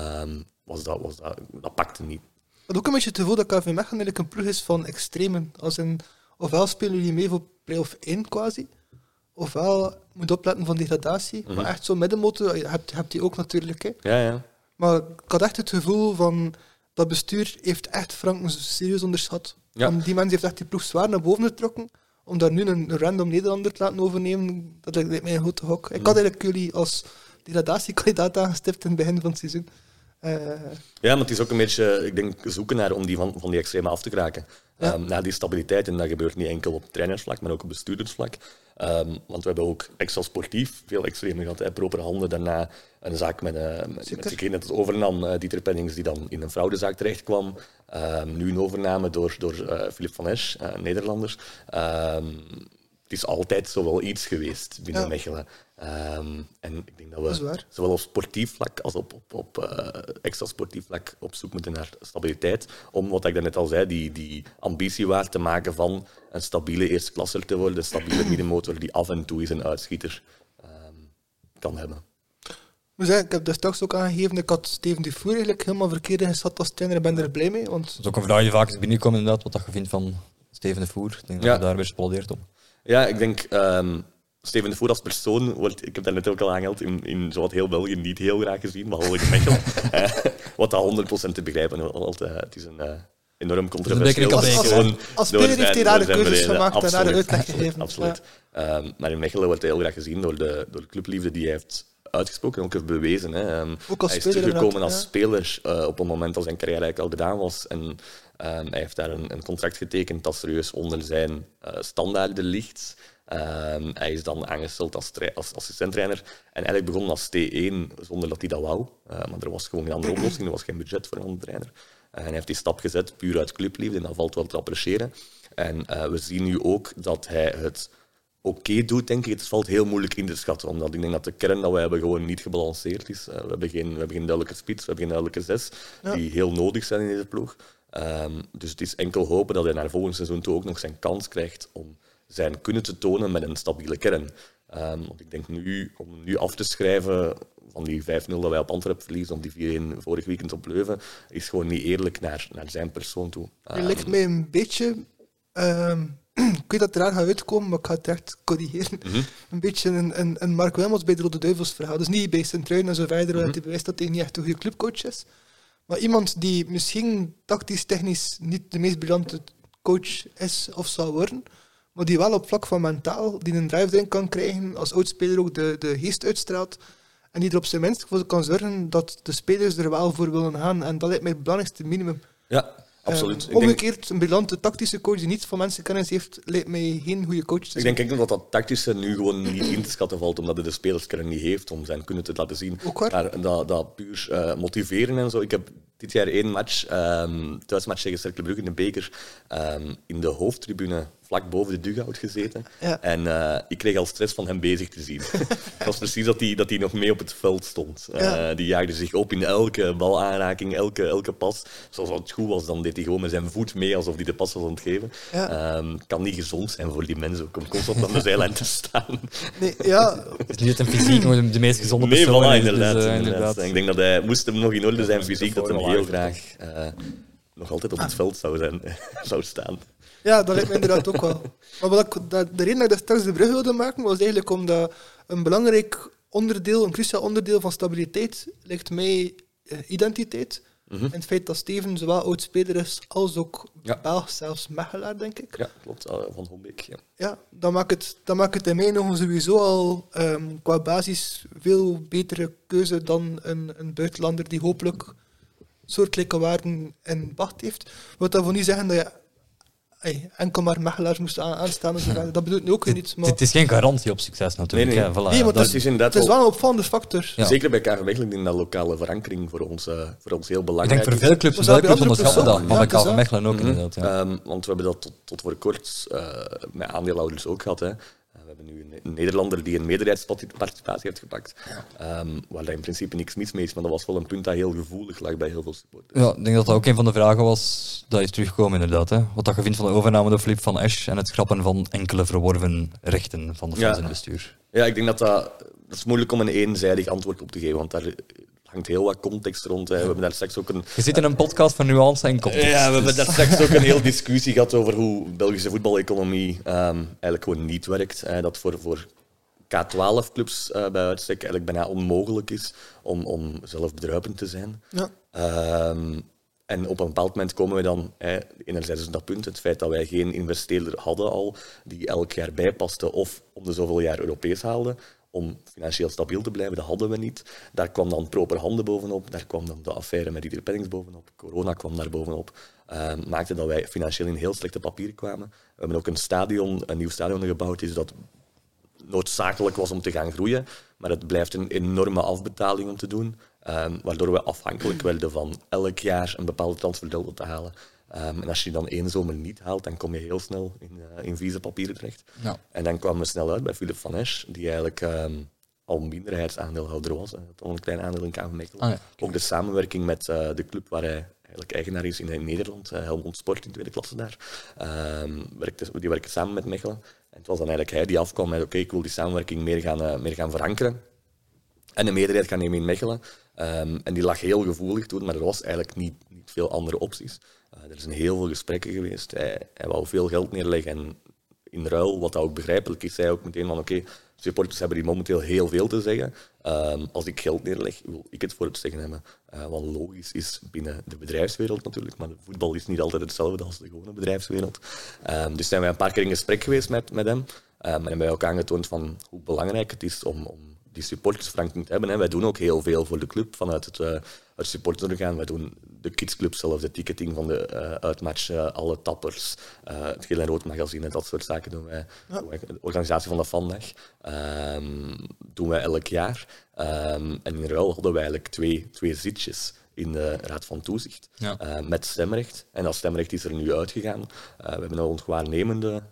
dat pakte niet. Ik had ook een beetje het gevoel dat KV Mechelen eigenlijk een ploeg is van extremen. Als in, ofwel spelen jullie mee voor play-off 1 quasi, ofwel moet opletten van degradatie. Maar echt zo'n middenmotor, je hebt die ook natuurlijk. Hè. Ja. Maar ik had echt het gevoel van dat bestuur heeft echt Frank serieus onderschat. Ja. Die mens heeft echt die ploeg zwaar naar boven getrokken. Om daar nu een random Nederlander te laten overnemen, dat lijkt mij een grote gok. Ik had eigenlijk jullie als degradatiekandidaat aangestipt in het begin van het seizoen. Ja, maar het is ook een beetje, ik denk, zoeken naar om die van die extreme af te geraken. Ja. Naar die stabiliteit. En dat gebeurt niet enkel op trainersvlak, maar ook op bestuurdersvlak. Want we hebben ook extra sportief veel extremen gehad. Hè. Propere handen, daarna een zaak met degene dat het overnam, Dieter Pennings, die dan in een fraudezaak terecht kwam. Nu een overname door Philip van Esch, Nederlanders. Het is altijd zo wel iets geweest binnen Mechelen. En ik denk dat we zowel op sportief vlak als op extra sportief vlak op zoek moeten naar stabiliteit. Om, wat ik daarnet al zei, die ambitie waar te maken van een stabiele eersteklasser te worden, een stabiele middenmotor die af en toe eens een uitschieter kan hebben. Ik heb daar straks ook aangegeven, ik had Steven Dufour eigenlijk helemaal verkeerd ingeschat als trainer en ben er blij mee. Want... Dat is ook een vraag die vaak is binnengekomen, inderdaad, wat je vindt van Steven Dufour. Ik denk dat je daar weer spaldeert op. Ja, ik denk, Steven Dufour als persoon wordt, ik heb dat net ook al aangehaald, in zowat heel België niet heel graag gezien, behalve in Mechelen. Wat dat 100% te begrijpen. Het is een enorm controversieel persoon. Als speler heeft hij rare keuzes gemaakt en rare uitleg gegeven. Absoluut. Ja. Maar in Mechelen wordt hij heel graag gezien door de clubliefde die hij heeft uitgesproken en ook heeft bewezen. Hè. Hij is teruggekomen als speler op een moment dat zijn carrière eigenlijk al gedaan was. En hij heeft daar een contract getekend dat serieus onder zijn standaarden ligt. Hij is dan aangesteld als assistenttrainer en eigenlijk begonnen als T1 zonder dat hij dat wou. Maar er was gewoon geen andere oplossing, er was geen budget voor een andere trainer. En hij heeft die stap gezet puur uit clubliefde en dat valt wel te appreciëren. En we zien nu ook dat hij het oké doet, denk ik. Het valt heel moeilijk in te schatten, omdat ik denk dat de kern dat wij hebben gewoon niet gebalanceerd is. We hebben geen duidelijke spits, we hebben geen duidelijke 6, die heel nodig zijn in deze ploeg. Dus het is enkel hopen dat hij naar volgend seizoen toe ook nog zijn kans krijgt om zijn kunnen te tonen met een stabiele kern. Want ik denk nu, om nu af te schrijven van die 5-0 dat wij op Antwerpen verliezen, of die 4-1 vorig weekend op Leuven, is gewoon niet eerlijk naar zijn persoon toe. Het lijkt mij een beetje... ik weet dat het eraan gaat uitkomen, maar ik ga het echt corrigeren. Een beetje een Mark Wilmots bij de Rode Duivels verhaal. Dus niet bij Sint-Truiden en zo verder, waar hij bewijst dat hij niet echt een goede clubcoach is. Maar iemand die misschien tactisch, technisch niet de meest briljante coach is of zal worden, maar die wel op vlak van mentaal, die een drive erin kan krijgen, als oudspeler ook de geest uitstraalt, en die er op zijn minst voor kan zorgen dat de spelers er wel voor willen gaan. En dat lijkt mij het belangrijkste minimum. Ja, absoluut. Omgekeerd, een briljante tactische coach die niet van mensenkennis heeft, lijkt mij geen goede coach te zijn. Ik denk dat tactische nu gewoon niet in te schatten valt, omdat hij de spelerskern niet heeft om zijn kunnen te laten zien. Ook waar. Maar dat puur motiveren en zo. Ik heb dit jaar 1 match, thuismatch tegen Cercle Brugge in de beker, in de hoofdtribune vlak boven de dugout gezeten. Ja. En ik kreeg al stress van hem bezig te zien. Het was precies dat hij nog mee op het veld stond. Die jaagde zich op in elke balaanraking, elke pas. Zoals het goed was, dan deed hij gewoon met zijn voet mee alsof hij de pas was aan het geven. Ja. Kan niet gezond zijn voor die mensen om constant aan de zijlijn te staan. Nee, ja. Het is niet dat een fysiek nog de meest gezonde Nee, persoon voilà, is, dus, inderdaad. inderdaad. Ik denk dat hij, moest hem nog in orde zijn fysiek, dat hem heel graag nog altijd op het veld zou staan. Ja, dat lijkt me inderdaad ook wel. Maar de reden dat ik dat straks de brug wilde maken, was eigenlijk omdat een belangrijk onderdeel, een cruciaal onderdeel van stabiliteit, lijkt mij identiteit. En het feit dat Steven zowel oud-speler is als ook Belg, zelfs Mechelaar, denk ik. Ja, klopt. Van Hombeek, ja. Ja, dat maakt het in mijn ogen sowieso al qua basis veel betere keuze dan een buitenlander die hopelijk soortgelijke waarden in pacht heeft. Wat dat wil niet zeggen dat je enkel maar Mechelaars moest aanstaan. Dat bedoelt nu ook weer niet. Maar... Het is geen garantie op succes natuurlijk. Nee. Ja, voilà, Nee, maar dat is inderdaad het is wel een opvallende factor. Ja. Zeker bij KV Mechelen, ik denk dat lokale verankering voor ons heel ik belangrijk denk voor is. veel clubs, Maar bij andere onderschatten clubs dat. ook. Maar bij Ja, het is KV Mechelen ook inderdaad. Ja. Want we hebben dat tot voor kort met aandeelhouders ook gehad. Hè. We hebben nu een Nederlander die een meerderheidsparticipatie heeft gepakt. Waar daar in principe niks mis mee is, maar dat was wel een punt dat heel gevoelig lag bij heel veel supporters. Ja, ik denk dat dat ook een van de vragen was dat is teruggekomen inderdaad. Hè. Wat dat je vindt van de overname door Philippe van Esch en het schrappen van enkele verworven rechten van de fans in het bestuur. Ja, ik denk dat is moeilijk om een eenzijdig antwoord op te geven, want daar hangt heel wat context rond. Hè. We hebben daar straks ook Je zit in een podcast van nuance en context. Ja, we hebben daar straks ook een heel discussie gehad over hoe Belgische voetbaleconomie eigenlijk gewoon niet werkt. Dat voor K12-clubs bij uitstek eigenlijk bijna onmogelijk is om zelfbedruipend te zijn. Ja. En op een bepaald moment komen we dan, enerzijds is dat punt, het feit dat wij geen investeerder hadden al, die elk jaar bijpaste of om de zoveel jaar Europees haalde, om financieel stabiel te blijven, dat hadden we niet. Daar kwam dan proper handen bovenop, daar kwam dan de affaire met Diederik Pennings bovenop, corona kwam daar bovenop, maakte dat wij financieel in heel slechte papieren kwamen. We hebben ook een nieuw stadion gebouwd, is dat noodzakelijk was om te gaan groeien, maar het blijft een enorme afbetaling om te doen, waardoor we afhankelijk werden van elk jaar een bepaalde transferdelta te halen. En als je dan 1 zomer niet haalt, dan kom je heel snel in vieze papieren terecht. Ja. En dan kwamen we snel uit bij Philippe van Esch, die eigenlijk al minderheidsaandeelhouder was. Hij had al een klein aandeel in KV Mechelen. Ja. Ook de samenwerking met de club waar hij eigenlijk eigenaar is in Nederland, Helmond Sport in tweede klasse daar. Die werkte samen met Mechelen. En het was dan eigenlijk hij die afkwam met oké, ik wil die samenwerking meer gaan verankeren. En de meerderheid gaan nemen in Mechelen. En die lag heel gevoelig toen, maar er was eigenlijk niet veel andere opties. Er zijn heel veel gesprekken geweest. Hij wou veel geld neerleggen en in ruil, wat dat ook begrijpelijk is, zei hij ook meteen van oké, supporters hebben hier momenteel heel veel te zeggen. Als ik geld neerleg, wil ik het voor het zeggen hebben. Wat logisch is binnen de bedrijfswereld natuurlijk, maar de voetbal is niet altijd hetzelfde als de gewone bedrijfswereld. Dus zijn wij een paar keer in gesprek geweest met hem. En hebben wij ook aangetoond van hoe belangrijk het is om die supportersveranking te hebben. Hè. Wij doen ook heel veel voor de club vanuit het supportersorgaan. Wij doen de kidsclub zelf, de ticketing van de uitmatch, alle tappers, het Geel en Rood magazine, dat soort zaken doen wij. Ja. De organisatie van de Vandag doen wij elk jaar. En in ruil hadden wij eigenlijk twee zitjes in de Raad van Toezicht met stemrecht. En dat stemrecht is er nu uitgegaan. We hebben nou ontwaarnemende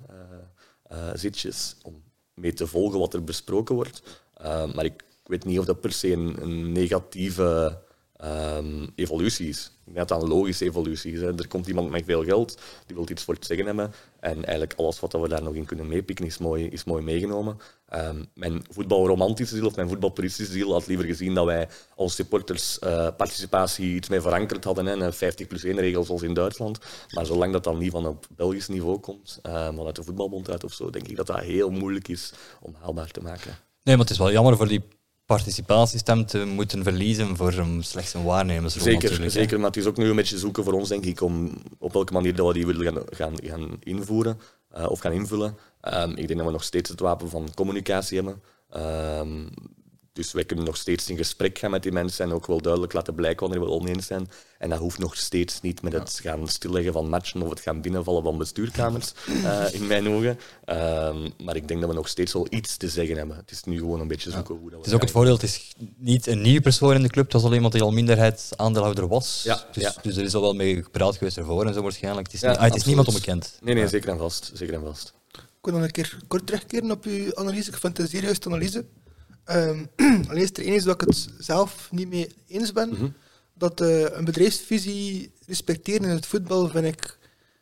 zitjes om mee te volgen wat er besproken wordt. Maar ik weet niet of dat per se een negatieve evolutie is. Ik denk dat dat een logische evolutie is. Hè. Er komt iemand met veel geld, die wil iets voor het zeggen hebben. En eigenlijk alles wat we daar nog in kunnen meepikken is mooi meegenomen. Mijn voetbalromantische ziel of mijn voetbalpuristische ziel had liever gezien dat wij onze supportersparticipatie iets meer verankerd hadden. Hè. Een 50+1 regel zoals in Duitsland. Maar zolang dat dan niet van op Belgisch niveau komt, vanuit de voetbalbond uit of zo, denk ik dat dat heel moeilijk is om haalbaar te maken. Nee, maar het is wel jammer voor die participatiestem te moeten verliezen voor slechts een waarnemersrol. Zeker, maar het is ook nu een beetje zoeken voor ons, denk ik, om op welke manier dat we die willen gaan invoeren of gaan invullen. Ik denk dat we nog steeds het wapen van communicatie hebben. Dus wij kunnen nog steeds in gesprek gaan met die mensen en ook wel duidelijk laten blijken wanneer we oneens zijn. En dat hoeft nog steeds niet met het gaan stilleggen van matchen of het gaan binnenvallen van bestuurkamers, in mijn ogen. Maar ik denk dat we nog steeds wel iets te zeggen hebben. Het is nu gewoon een beetje zoeken hoe dat we... Het is ook het voordeel, het is niet een nieuwe persoon in de club, het was al iemand die al minderheidsaandeelhouder was. Ja, dus er is al wel mee gepraat geweest ervoor en zo waarschijnlijk. Het is, Ja, het is niemand onbekend. Nee, zeker en vast. Zeker en vast. Ik wil nog een keer kort terugkeren op uw analyse. Ik vind het een serieus analyse. Alleen is er één is dat ik het zelf niet mee eens ben. Dat een bedrijfsvisie respecteren in het voetbal vind ik...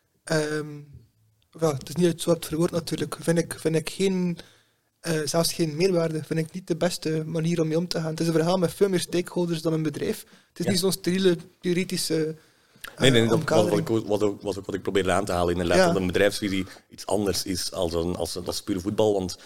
het is niet het zo hebt verwoord natuurlijk. Vind ik geen... zelfs geen meerwaarde. Vind ik niet de beste manier om mee om te gaan. Het is een verhaal met veel meer stakeholders dan een bedrijf. Het is niet zo'n steriele, theoretische... Nee, dat was ook wat ik probeerde aan te halen. Inderdaad, dat een bedrijfsvisie iets anders is als puur voetbal. Want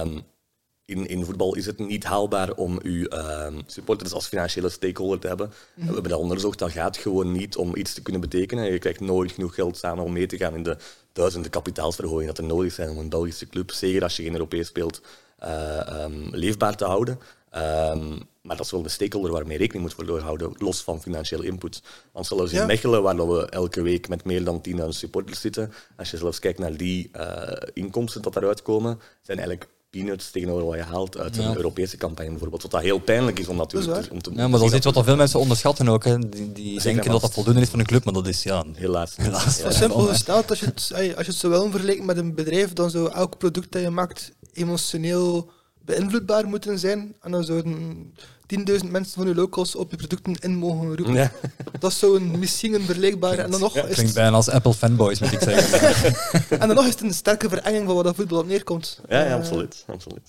in voetbal is het niet haalbaar om uw supporters als financiële stakeholder te hebben. We hebben dat onderzocht. Dat gaat gewoon niet om iets te kunnen betekenen. Je krijgt nooit genoeg geld samen om mee te gaan in de duizenden kapitaalsverhogingen dat er nodig zijn om een Belgische club, zeker als je geen Europees speelt, leefbaar te houden. Maar dat is wel de stakeholder waarmee rekening moet worden gehouden, los van financiële input. Want zelfs in Mechelen, waar we elke week met meer dan 10.000 supporters zitten, als je zelfs kijkt naar die inkomsten dat daaruit komen, zijn eigenlijk peanuts tegenover wat je haalt uit een Europese campagne bijvoorbeeld. Wat dat heel pijnlijk is om natuurlijk om te maar dat is iets wat veel mensen onderschatten ook. Hè. Die denken dat voldoende is van een club, maar dat is helaas. Simpel gesteld, als je het zo wil vergelijken met een bedrijf, dan zou elk product dat je maakt emotioneel beïnvloedbaar moeten zijn. En dan zouden 10.000 mensen van je locals op je producten in mogen roepen. Ja. Dat is zo'n misschien een vergelijkbare... En dan nog is klinkt bijna als Apple fanboys, moet ik zeggen. En dan nog is het een sterke verenging van wat dat voetbal op neerkomt. Ja, absoluut.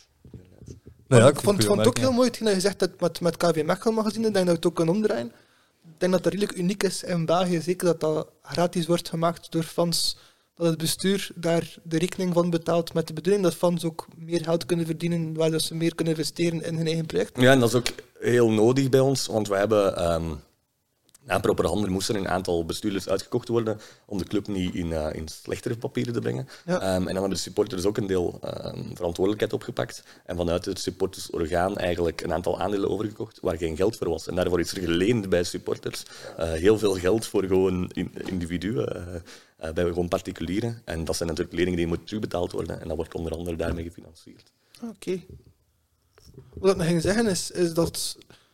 Ik vond het ook heel mooi, hetgeen dat je zegt dat met KV Mechelen magazine, ik denk dat we het ook kunnen omdraaien. Ik denk dat dat redelijk uniek is in België, zeker dat gratis wordt gemaakt door fans, dat het bestuur daar de rekening van betaalt met de bedoeling dat fans ook meer geld kunnen verdienen, waar ze meer kunnen investeren in hun eigen project. Ja, en dat is ook heel nodig bij ons, want we hebben... na een propere handel moesten een aantal bestuurders uitgekocht worden om de club niet in slechtere papieren te brengen. Ja. En dan hebben de supporters ook een deel verantwoordelijkheid opgepakt en vanuit het supportersorgaan eigenlijk een aantal aandelen overgekocht waar geen geld voor was. En daarvoor is er geleend bij supporters heel veel geld voor gewoon individuen, bij gewoon particulieren. En dat zijn natuurlijk leningen die moeten terugbetaald worden en dat wordt onder andere daarmee gefinancierd. Oké. Wat ik nog ging zeggen is dat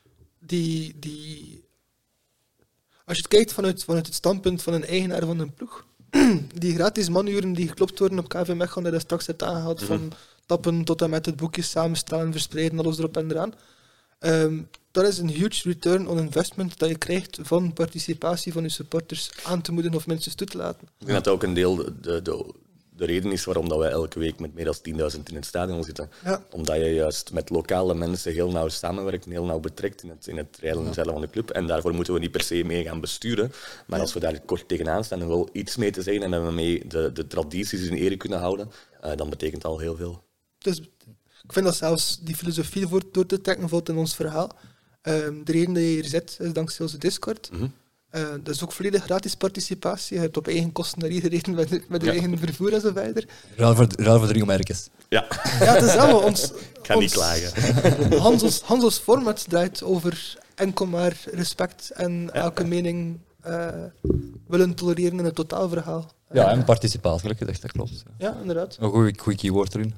als je het kijkt vanuit het standpunt van een eigenaar van een ploeg, die gratis manuren die geklopt worden op KV Mechelen, dat je straks hebt aangehaald, van tappen tot en met het boekje samenstellen, verspreiden, alles erop en eraan. Dat is een huge return on investment dat je krijgt van participatie van je supporters aan te moedigen of mensen toe te laten. Ik denk dat dat ook een deel de reden is waarom dat wij elke week met meer dan 10.000 in het stadion zitten. Ja. Omdat je juist met lokale mensen heel nauw samenwerkt en heel nauw betrekt in het rijden en zeilen van de club. En daarvoor moeten we niet per se mee gaan besturen. Maar als we daar kort tegenaan staan en wel iets mee te zeggen en dat we mee de tradities in ere kunnen houden, dan betekent dat al heel veel. Dus ik vind dat zelfs die filosofie door te trekken valt in ons verhaal. De reden dat je hier zit is dankzij onze Discord. Dat is ook volledig gratis participatie. Je hebt op eigen kosten naar hier gereden met je eigen vervoer en zo verder. Ruil voor 3 merkjes. Ja, het is allemaal ons... Ik ga niet klagen. Hans format draait over enkel maar respect en elke mening willen tolereren in het totaalverhaal. Ja, en participatie, gelijk gezegd, dat klopt. Ja, inderdaad. Een goed keyword erin.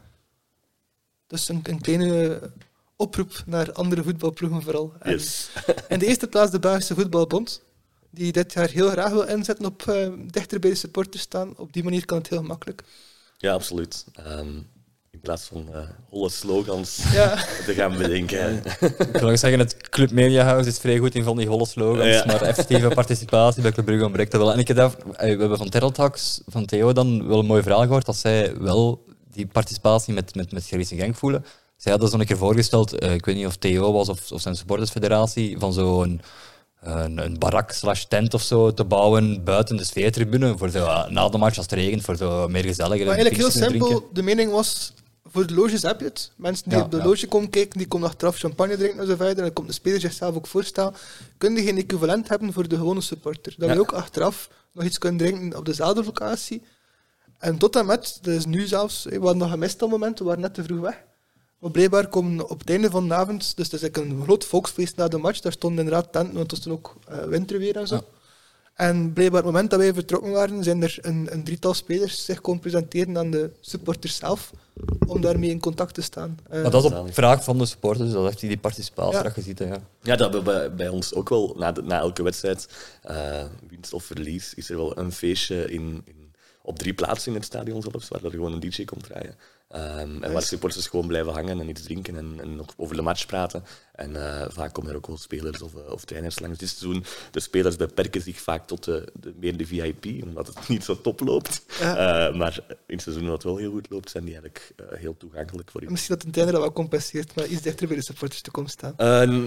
Dus een kleine oproep naar andere voetbalploegen vooral. Yes. In de eerste plaats de Belgische Voetbalbond, die dit jaar heel graag wil inzetten op dichter bij de supporters staan. Op die manier kan het heel makkelijk. Ja, absoluut. In plaats van holle slogans te gaan bedenken. Ik wil ook zeggen, het Club Media House is vrij goed in van die holle slogans, maar effectieve participatie bij Club Brugge ontbreekt dat wel. En we hebben van Terrell Talks, van Theo, dan wel een mooi verhaal gehoord, dat zij wel die participatie met Gerissen Genk voelen. Zij hadden zo'n keer voorgesteld, ik weet niet of Theo was of zijn supportersfederatie, van zo'n een barak/tent of zo te bouwen buiten de sfeertribune voor na de match als het regent, voor zo meer gezelliger. Maar eigenlijk heel simpel, de mening was, voor de loges heb je het. Mensen die op de loge komen kijken, die komen achteraf champagne drinken en zo verder, en dan komt de speler zichzelf ook voorstellen. Kun je geen equivalent hebben voor de gewone supporter? Dat we ook achteraf nog iets kunnen drinken op dezelfde locatie. En tot en met, dat is nu zelfs, we hadden nog gemist op het moment, we waren net te vroeg weg. Maar blijkbaar komen op het einde van de avond, dus het is een groot volksfeest na de match, daar stonden inderdaad tenten, want het was toen ook winterweer en zo. Ja. En blijkbaar op het moment dat wij vertrokken waren, zijn er een drietal spelers zich komen presenteren aan de supporters zelf, om daarmee in contact te staan. Maar dat is op vraag van de supporters, dat is echt die participatie dat je ziet. Ja. Ja, dat hebben we bij ons ook wel. Na elke wedstrijd, winst of verlies, is er wel een feestje op 3 plaatsen in het stadion zelfs, waar er gewoon een DJ komt draaien. En waar supporters gewoon blijven hangen en iets drinken en nog over de match praten. En vaak komen er ook wel spelers of trainers langs dit seizoen. De spelers beperken zich vaak tot meer de VIP, omdat het niet zo top loopt. Ja. Maar in het seizoen dat het wel heel goed loopt, zijn die eigenlijk heel toegankelijk voor iedereen. Misschien dat een trainer dat wel compenseert, maar iets dichter bij de supporters te komen staan.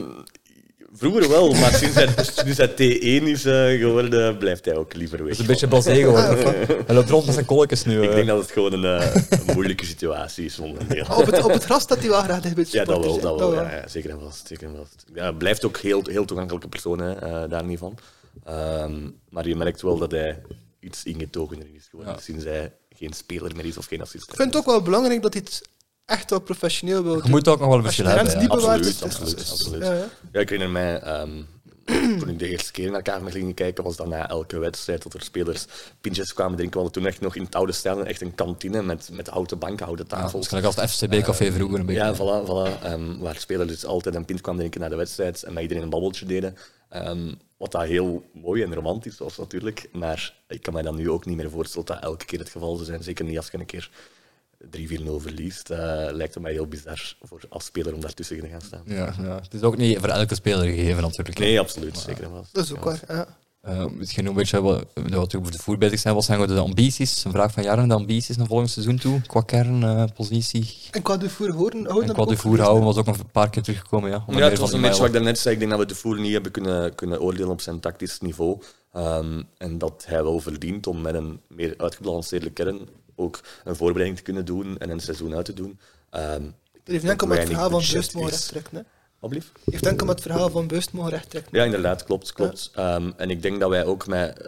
Vroeger wel, maar sinds hij T1 is geworden, blijft hij ook liever weg. Dat is een beetje blasé geworden. Hij loopt rond met zijn kolkjes nu. Ik denk dat het gewoon een moeilijke situatie is. Op het gras staat hij wel graag dicht bij de supporters. Ja, dat wel. Ja, zeker en vast. Ja, hij blijft ook heel toegankelijke persoon, daar niet van. Maar je merkt wel dat hij iets ingetogener is geworden, sinds hij geen speler meer is of geen assistent. Ik vind het ook wel belangrijk dat hij het echt wel professioneel wil doen. Je moet ook nog wel een verschil hebben. Absoluut. Ja, ik herinner mij, toen ik de eerste keer naar KV Mechelen ging kijken, was dat na elke wedstrijd dat er spelers pintjes kwamen drinken. We hadden toen echt nog in het oude stadion echt een kantine met houten banken, houten tafels. Ja, als het FCB-café vroeger een beetje. Ja, voilà. Waar spelers dus altijd een pint kwamen drinken na de wedstrijd en met iedereen een babbeltje deden. Wat dat heel mooi en romantisch was natuurlijk, maar ik kan me dan nu ook niet meer voorstellen dat elke keer het geval zou zijn. Zeker niet als je een keer 3-4-0 verliest, lijkt het mij heel bizar als speler om daartussen te gaan staan. Ja. Het is ook niet voor elke speler gegeven natuurlijk. Nee, absoluut. Zeker en vast. Dat is ook waar, ja. Misschien een beetje wat we over de voer bezig zijn. Wat zijn de ambities? Een vraag van Jaren, de ambities naar volgend seizoen toe? Qua kern, positie? En qua de voer houden? En qua de voer houden was ook nog een paar keer teruggekomen. Ja, het was een beetje wat ik daarnet zei. Ik denk dat we de voer niet hebben kunnen oordelen op zijn tactisch niveau. En dat hij wel verdient om met een meer uitgebalanceerde kern ook een voorbereiding te kunnen doen en een seizoen uit te doen. Je heeft enkel met het verhaal van Beust mogen rechttrekken, hè? Je heeft enkel met het verhaal van Beust mogen rechttrekken. Ja, inderdaad, klopt. Ja. En ik denk dat wij ook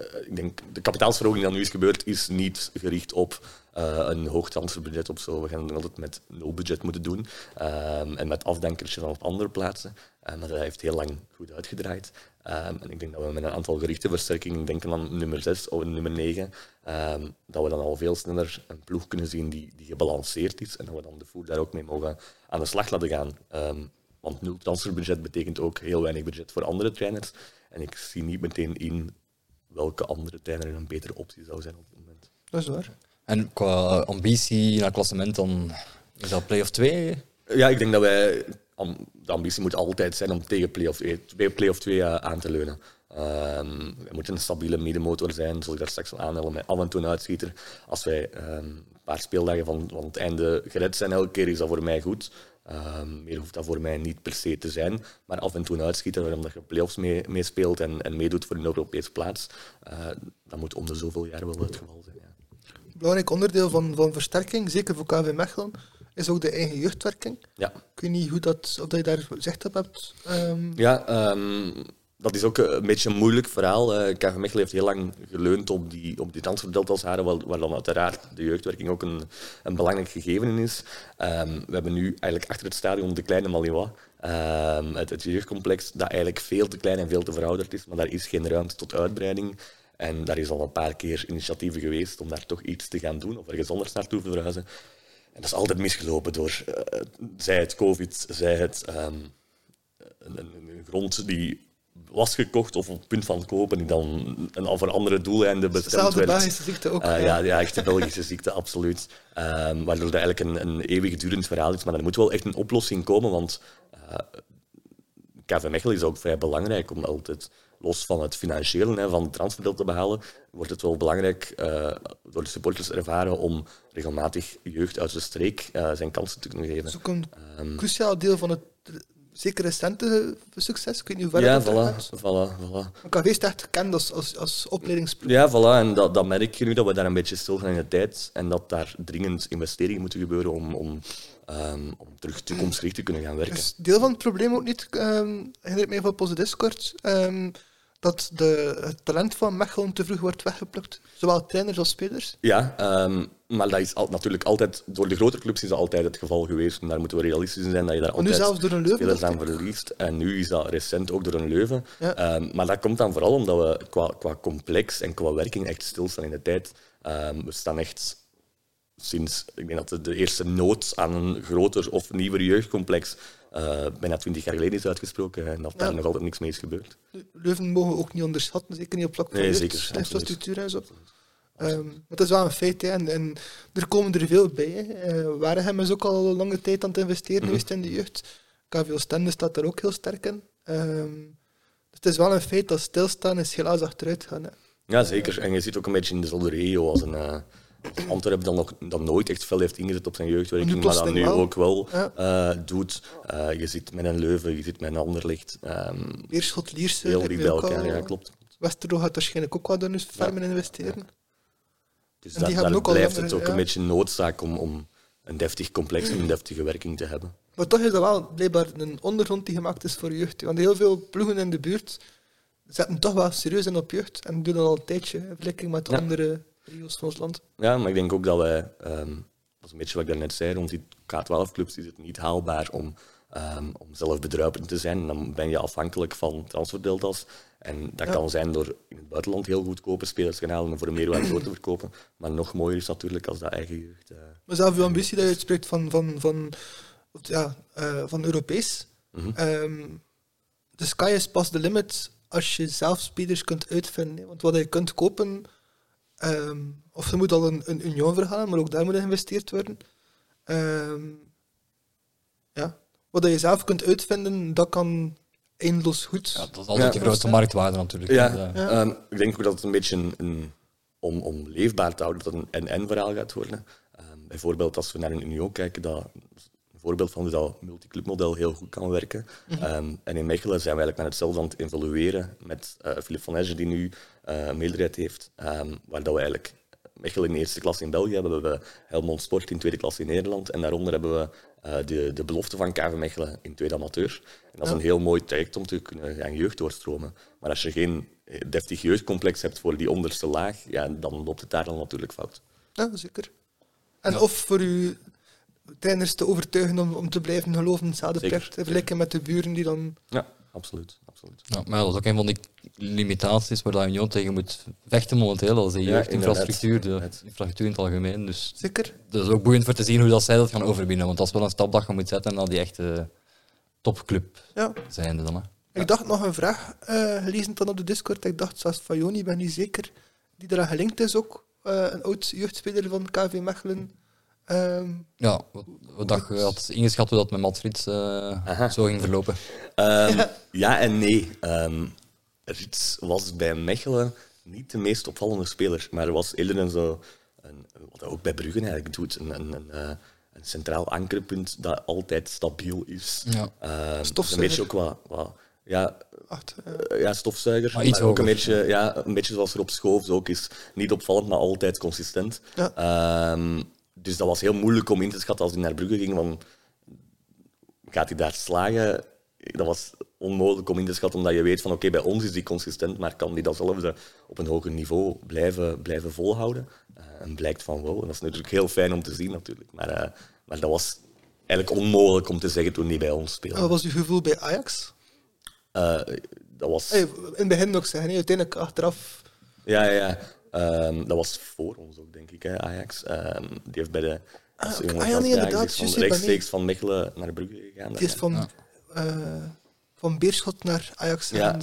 de kapitaalsverhoging die nu is gebeurd, is niet gericht op een hoog transferbudget of zo. We gaan het altijd met 0 budget moeten doen. En met afdankertjes van op andere plaatsen. Maar dat heeft heel lang goed uitgedraaid. En ik denk dat we met een aantal gerichte versterkingen, denken aan nummer 6 of nummer 9, dat we dan al veel sneller een ploeg kunnen zien die gebalanceerd is. En dat we dan de voer daar ook mee mogen aan de slag laten gaan. Want 0 transferbudget betekent ook heel weinig budget voor andere trainers. En ik zie niet meteen in welke andere trainer een betere optie zou zijn op dit moment. Dat is waar. En qua ambitie naar klassement, dan is dat play-off 2? Ja, ik denk dat wij... De ambitie moet altijd zijn om tegen play-off 2 aan te leunen. We moeten een stabiele middenmotor zijn, zoals ik daar straks al aanhalen, met af en toe een uitschieter. Als wij een paar speeldagen van het einde gered zijn elke keer, is dat voor mij goed. Meer hoeft dat voor mij niet per se te zijn. Maar af en toe een uitschieter, omdat je play-offs meespeelt en meedoet voor een Europese plaats, dat moet om de zoveel jaar wel het geval zijn. Ja. Een belangrijk onderdeel van versterking, zeker voor KV Mechelen, is ook de eigen jeugdwerking. Ja. Ik weet niet of je daar zicht op hebt. Dat is ook een beetje een moeilijk verhaal. KV Mechelen heeft heel lang geleund op die transferdeltalsharen, waar dan uiteraard de jeugdwerking ook een belangrijk gegeven in is. We hebben nu eigenlijk achter het stadion de kleine Malinois, het jeugdcomplex, dat eigenlijk veel te klein en veel te verouderd is, maar daar is geen ruimte tot uitbreiding. En daar is al een paar keer initiatieven geweest om daar toch iets te gaan doen, of ergens anders naartoe te verhuizen. En dat is altijd misgelopen door, zij het COVID, zij het een grond die was gekocht of op het punt van kopen, die dan voor andere doeleinden bestemd werd. Belgische ziekte ook. Ja, echt de Belgische ziekte, absoluut. Waardoor dat eigenlijk een eeuwigdurend verhaal is. Maar er moet wel echt een oplossing komen, want KV Mechelen is ook vrij belangrijk om altijd, los van het financiële, van het transferdeel te behalen, wordt het wel belangrijk door de supporters ervaren om regelmatig jeugd uit de streek zijn kansen te kunnen geven. Dat is ook een cruciaal deel van het zeker recente succes. Ik weet niet hoe ver ja, dat gaat. Voilà. KV is echt gekend als opleidingsploeg. Ja, voilà. En dat merk je nu, dat we daar een beetje stil zijn in de tijd en dat daar dringend investeringen moeten gebeuren om terug toekomstgericht te kunnen gaan werken. Dat is deel van het probleem ook niet. Herinner ik mij van Posse Discord. dat het talent van Mechelen te vroeg wordt weggeplukt? Zowel trainers als spelers? Ja, maar dat is natuurlijk altijd... Door de grotere clubs is dat altijd het geval geweest. En daar moeten we realistisch in zijn, dat je daar Maar nu altijd zelfs door een Leuven, spelers aan dacht ik. verliest. En nu is dat recent ook door een Leuven. Ja. Maar dat komt dan vooral omdat we qua complex en qua werking echt stilstaan in de tijd. We staan echt sinds... Ik denk dat de eerste nood aan een groter of nieuwer jeugdcomplex bijna 20 jaar geleden is uitgesproken. En dat daar nog altijd niks mee is gebeurd. Leuven mogen we ook niet onderschatten, zeker niet op vlak van Nee, jeugd, zeker, absoluut. infrastructuur en zo. Maar het is wel een feit, hè. En er komen er veel bij. Waregem is ook al een lange tijd aan het investeren geweest in de jeugd. KV Oostende staat daar ook heel sterk in. Dus het is wel een feit dat stilstaan is helaas achteruit gaan. Hè. Ja, zeker. En je zit ook een beetje in dezelfde regio als een Antwerpen dat nooit echt fel heeft ingezet op zijn jeugdwerking, Nu maar dat nu plotseling wel. ook wel Ja. doet. Je zit met een Leuven, je zit met een Anderlecht. Beerschot, Lierse, Heel lijkt dicht mij bij ook elkaar, al. ja, klopt. Westerlo gaat waarschijnlijk ook wel doen, dus ferm in investeren. Dus En daar die hebben ook al blijft langer, het ook ja. een beetje noodzaak om een deftig complex en een deftige werking te hebben. Maar toch is dat wel blijkbaar een ondergrond die gemaakt is voor jeugd. Want heel veel ploegen in de buurt zetten toch wel serieus in op jeugd. En doen dat al een tijdje, in vergelijking met de Ja. andere regio's van ons land. Ja, maar ik denk ook dat wij, dat is een beetje wat ik daarnet zei, rond die K12-clubs is het niet haalbaar om zelf bedruipend te zijn. En dan ben je afhankelijk van transferdeltas. En dat kan zijn door in het buitenland heel goedkope spelers te gaan halen en voor een meerwaarde door te verkopen. Maar nog mooier is natuurlijk als dat eigen jeugd... Maar zelf uw ambitie dat je uitspreekt van Europees. De sky is pas the limit als je zelf spelers kunt uitvinden. Hè. Want wat je kunt kopen, of er moet al een Union verhalen, maar ook daar moet geïnvesteerd worden. Wat je zelf kunt uitvinden, dat kan eindeloos goed. Ja, dat is altijd de grootste marktwaarde natuurlijk. Ik denk ook dat het een beetje om leefbaar te houden, dat het een en verhaal gaat worden. Bijvoorbeeld als we naar een Union kijken, dat een voorbeeld van hoe dat multiclubmodel heel goed kan werken. En in Mechelen zijn we eigenlijk met hetzelfde aan het evolueren met Philippe van Esche, die nu een meerderheid heeft, waar dat we eigenlijk Mechelen in de eerste klasse in België hebben, we Helmond Sport in tweede klasse in Nederland en daaronder hebben we de belofte van KV Mechelen in tweede amateur. En dat is een heel mooi traject om te kunnen gaan jeugd doorstromen. Maar als je geen deftig jeugdcomplex hebt voor die onderste laag, ja, dan loopt het daar dan natuurlijk fout. Ja, zeker. En of voor uw trainers te overtuigen om te blijven geloven in hetzelfde Zeker. project. Vergelijken met de buren die dan... Ja, absoluut. Ja, maar dat is ook een van die limitaties waar dat Union tegen moet vechten momenteel. Dat is de jeugdinfrastructuur, de infrastructuur in het algemeen. Dus Zeker. dat is ook boeiend voor te zien hoe dat zij dat gaan overwinnen. Want dat is wel een stap dat je moet zetten naar die echte topclub Ja. zijnde dan. Hè. Ik dacht nog een vraag gelezen dan op de Discord. Ik dacht zelfs van Joni, ik ben niet zeker, die eraan gelinkt is ook. Een oud jeugdspeler van KV Mechelen. Ja, wat je had ingeschat hoe dat met Mats Rits zo ging verlopen. Ja en nee. Rits was bij Mechelen niet de meest opvallende speler, maar er was eerder wat hij ook bij Brugge eigenlijk doet, een centraal ankerpunt dat altijd stabiel is. Ja. Stofzuiger. Een beetje ook wat stofzuiger. Maar iets ook een hoger. beetje zoals Rob Schoofs ook is. Niet opvallend, maar altijd consistent. Ja. Dus dat was heel moeilijk om in te schatten als hij naar Brugge ging. Van, gaat hij daar slagen? Dat was onmogelijk om in te schatten, omdat je weet van oké, bij ons is die consistent, maar kan die datzelfde op een hoger niveau blijven volhouden? En blijkt van wel. En dat is natuurlijk heel fijn om te zien natuurlijk. Maar dat was eigenlijk onmogelijk om te zeggen toen hij bij ons speelde. Wat was uw gevoel bij Ajax? Dat was... In het begin nog zeggen, hè, uiteindelijk achteraf... Ja. Dat was voor ons ook, denk ik, hè, Ajax. Die heeft bij de... inderdaad. Is rechtstreeks van Mechelen naar Brugge gegaan. Die is van Beerschot naar Ajax gegaan.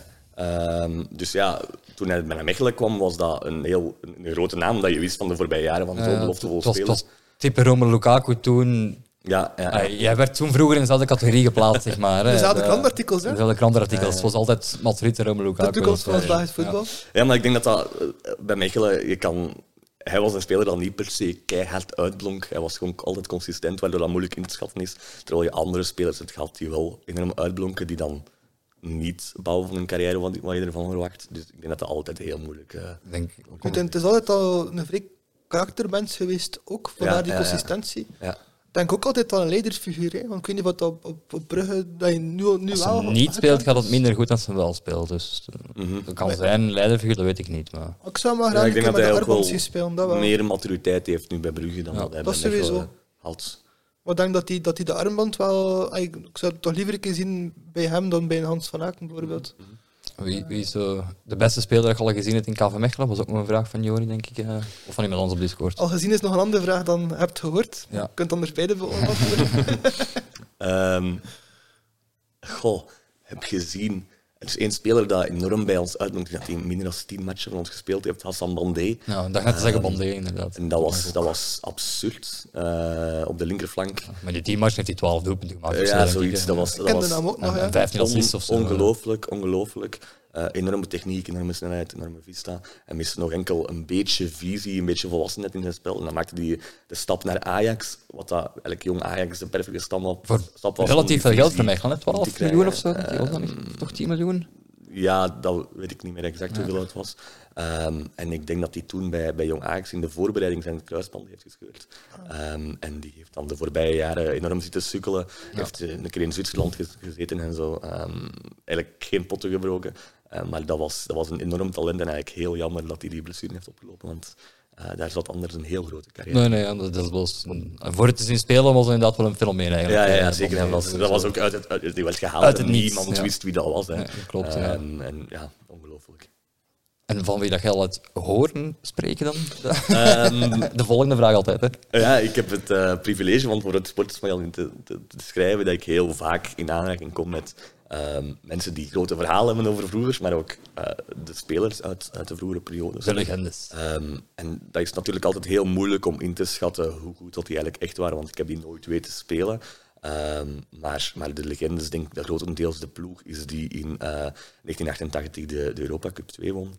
Dus ja, toen hij naar Mechelen kwam, was dat een grote naam dat je wist van de voorbije jaren van zo'n beloftevol Het spelen. was type Romelu Lukaku toen. Ja. Jij werd toen vroeger in dezelfde categorie geplaatst, zeg maar. Hè. Dezelfde krantartikels, hè? Dezelfde krantartikels. Het was altijd Mats Rits en Romelu Lukaku. De toekomst van het Belgisch voetbal. Ja, maar ik denk dat bij Mechelen, hij was een speler dat niet per se keihard uitblonk. Hij was gewoon altijd consistent, waardoor dat moeilijk in te schatten is. Terwijl je andere spelers het gehad die wel enorm uitblonken, die dan niet bouwen van hun carrière wat je ervan verwacht. Dus ik denk dat dat altijd heel moeilijk Het is altijd al een vrij karaktermens geweest, ook vandaar die consistentie. Ja. denk ook altijd aan een leidersfiguur. Hè? Want ik weet niet wat op Brugge dat je nu Als wel... hij niet speelt, gaat het minder goed dan hij wel speelt. Dus dat kan zijn leiderfiguur, dat weet ik niet. Maar... Ik zou maar graag Ja, een ik denk keer dat met de hij ook Arbans wel spelen. Dat wel. meer maturiteit heeft nu bij Brugge dan dat hij dat bij sowieso. Mechelen had. Maar ik denk dat hij de armband wel... Ik zou het toch liever een keer zien bij hem dan bij een Hans van Aken, bijvoorbeeld. Wie is de beste speler dat je al gezien hebt in KV Mechelen? Was ook nog een vraag van Jori, denk ik. Of van iemand anders op Discord. Al gezien is nog een andere vraag dan hebt gehoord. Ja. Je kunt anders beide beantwoorden. Heb gezien... Er is één speler dat enorm bij ons uitnoemt, dat hij minder dan 10 matchen van ons gespeeld heeft, Hassan Bandé. Nou, dat gaat te zeggen Bandé, inderdaad. En dat was absurd op de linkerflank. Maar die 10 matchen heeft hij 12 doelpunten gemaakt. of zo, Ja, denk zoiets. ik, Dat was, Ik ken de naam ook nog. en Ja. 15 assists of zo. ongelooflijk. Enorme techniek, enorme snelheid, enorme vista. En miste nog enkel een beetje visie, een beetje volwassenheid in zijn spel. En dan maakte hij de stap naar Ajax, wat dat eigenlijk jong Ajax de perfecte stap was. Relatief veel geld voor mij. Mechelen, 12 miljoen of zo. Denk je, was dat niet? Toch 10 miljoen? Ja, dat weet ik niet meer exact hoeveel het was. En ik denk dat hij toen bij Jong Ajax in de voorbereiding zijn kruisband heeft gescheurd. En die heeft dan de voorbije jaren enorm zitten sukkelen. Heeft een keer in Zwitserland gezeten en zo. Eigenlijk geen potten gebroken. Maar dat was een enorm talent en eigenlijk heel jammer dat hij die blessure heeft opgelopen. Want daar zat anders een heel grote carrière. Nee, ja, dat is wel... Voor het te zien spelen was inderdaad wel een fenomeen eigenlijk. Ja, zeker. Dat was ook die werd gehaald Uit het en niets, niemand wist wie dat was. Hè. Ja, dat klopt, ja. En ja, ongelooflijk. En van wie dat je al uit horen spreken dan? De volgende vraag altijd, hè. Ja, ik heb het privilege van voor het sportsmodel te schrijven dat ik heel vaak in aanraking kom met mensen die grote verhalen hebben over vroeger, maar ook de spelers uit de vroegere periodes. De legendes. En dat is natuurlijk altijd heel moeilijk om in te schatten hoe goed dat die eigenlijk echt waren, want ik heb die nooit weten spelen. Maar de legendes, denk ik, grotendeels de ploeg is die in 1988 de Europa Cup 2 won.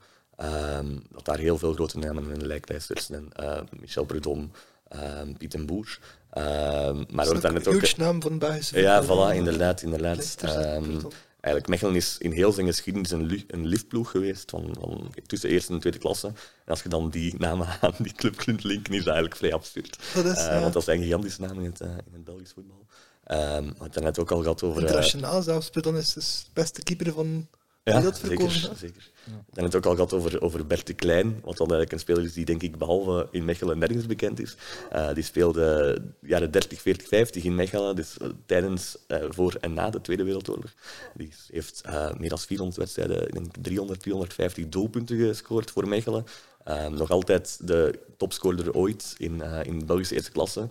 Dat daar heel veel grote namen in de lijstlijst zijn. Michel Prudhomme, Piet en Boer. Maar Dat is dan een net ook... huge naam van Belgische Ja, voetbal. voilà, inderdaad. Eigenlijk, Mechelen is in heel zijn geschiedenis een liftploeg geweest van tussen eerste en tweede klasse. En als je dan die namen aan die club kunt linken, is dat eigenlijk vrij absurd. Dat is, Want dat zijn gigantische namen in het Belgisch voetbal. We hebben het net ook al gehad over... Internationaal zelfs. Pudon is de beste keeper van Ja, wereldverkopen. zeker. We hebben het ook al gehad over Bert de Klein, wat dan eigenlijk een speler is die, denk ik, behalve in Mechelen nergens bekend is. Die speelde jaren 30, 40, 50 in Mechelen, dus tijdens, voor en na de Tweede Wereldoorlog. Die heeft meer dan 400 wedstrijden, ik denk 300, 450 doelpunten gescoord voor Mechelen. Nog altijd de topscorer ooit in de Belgische eerste klasse.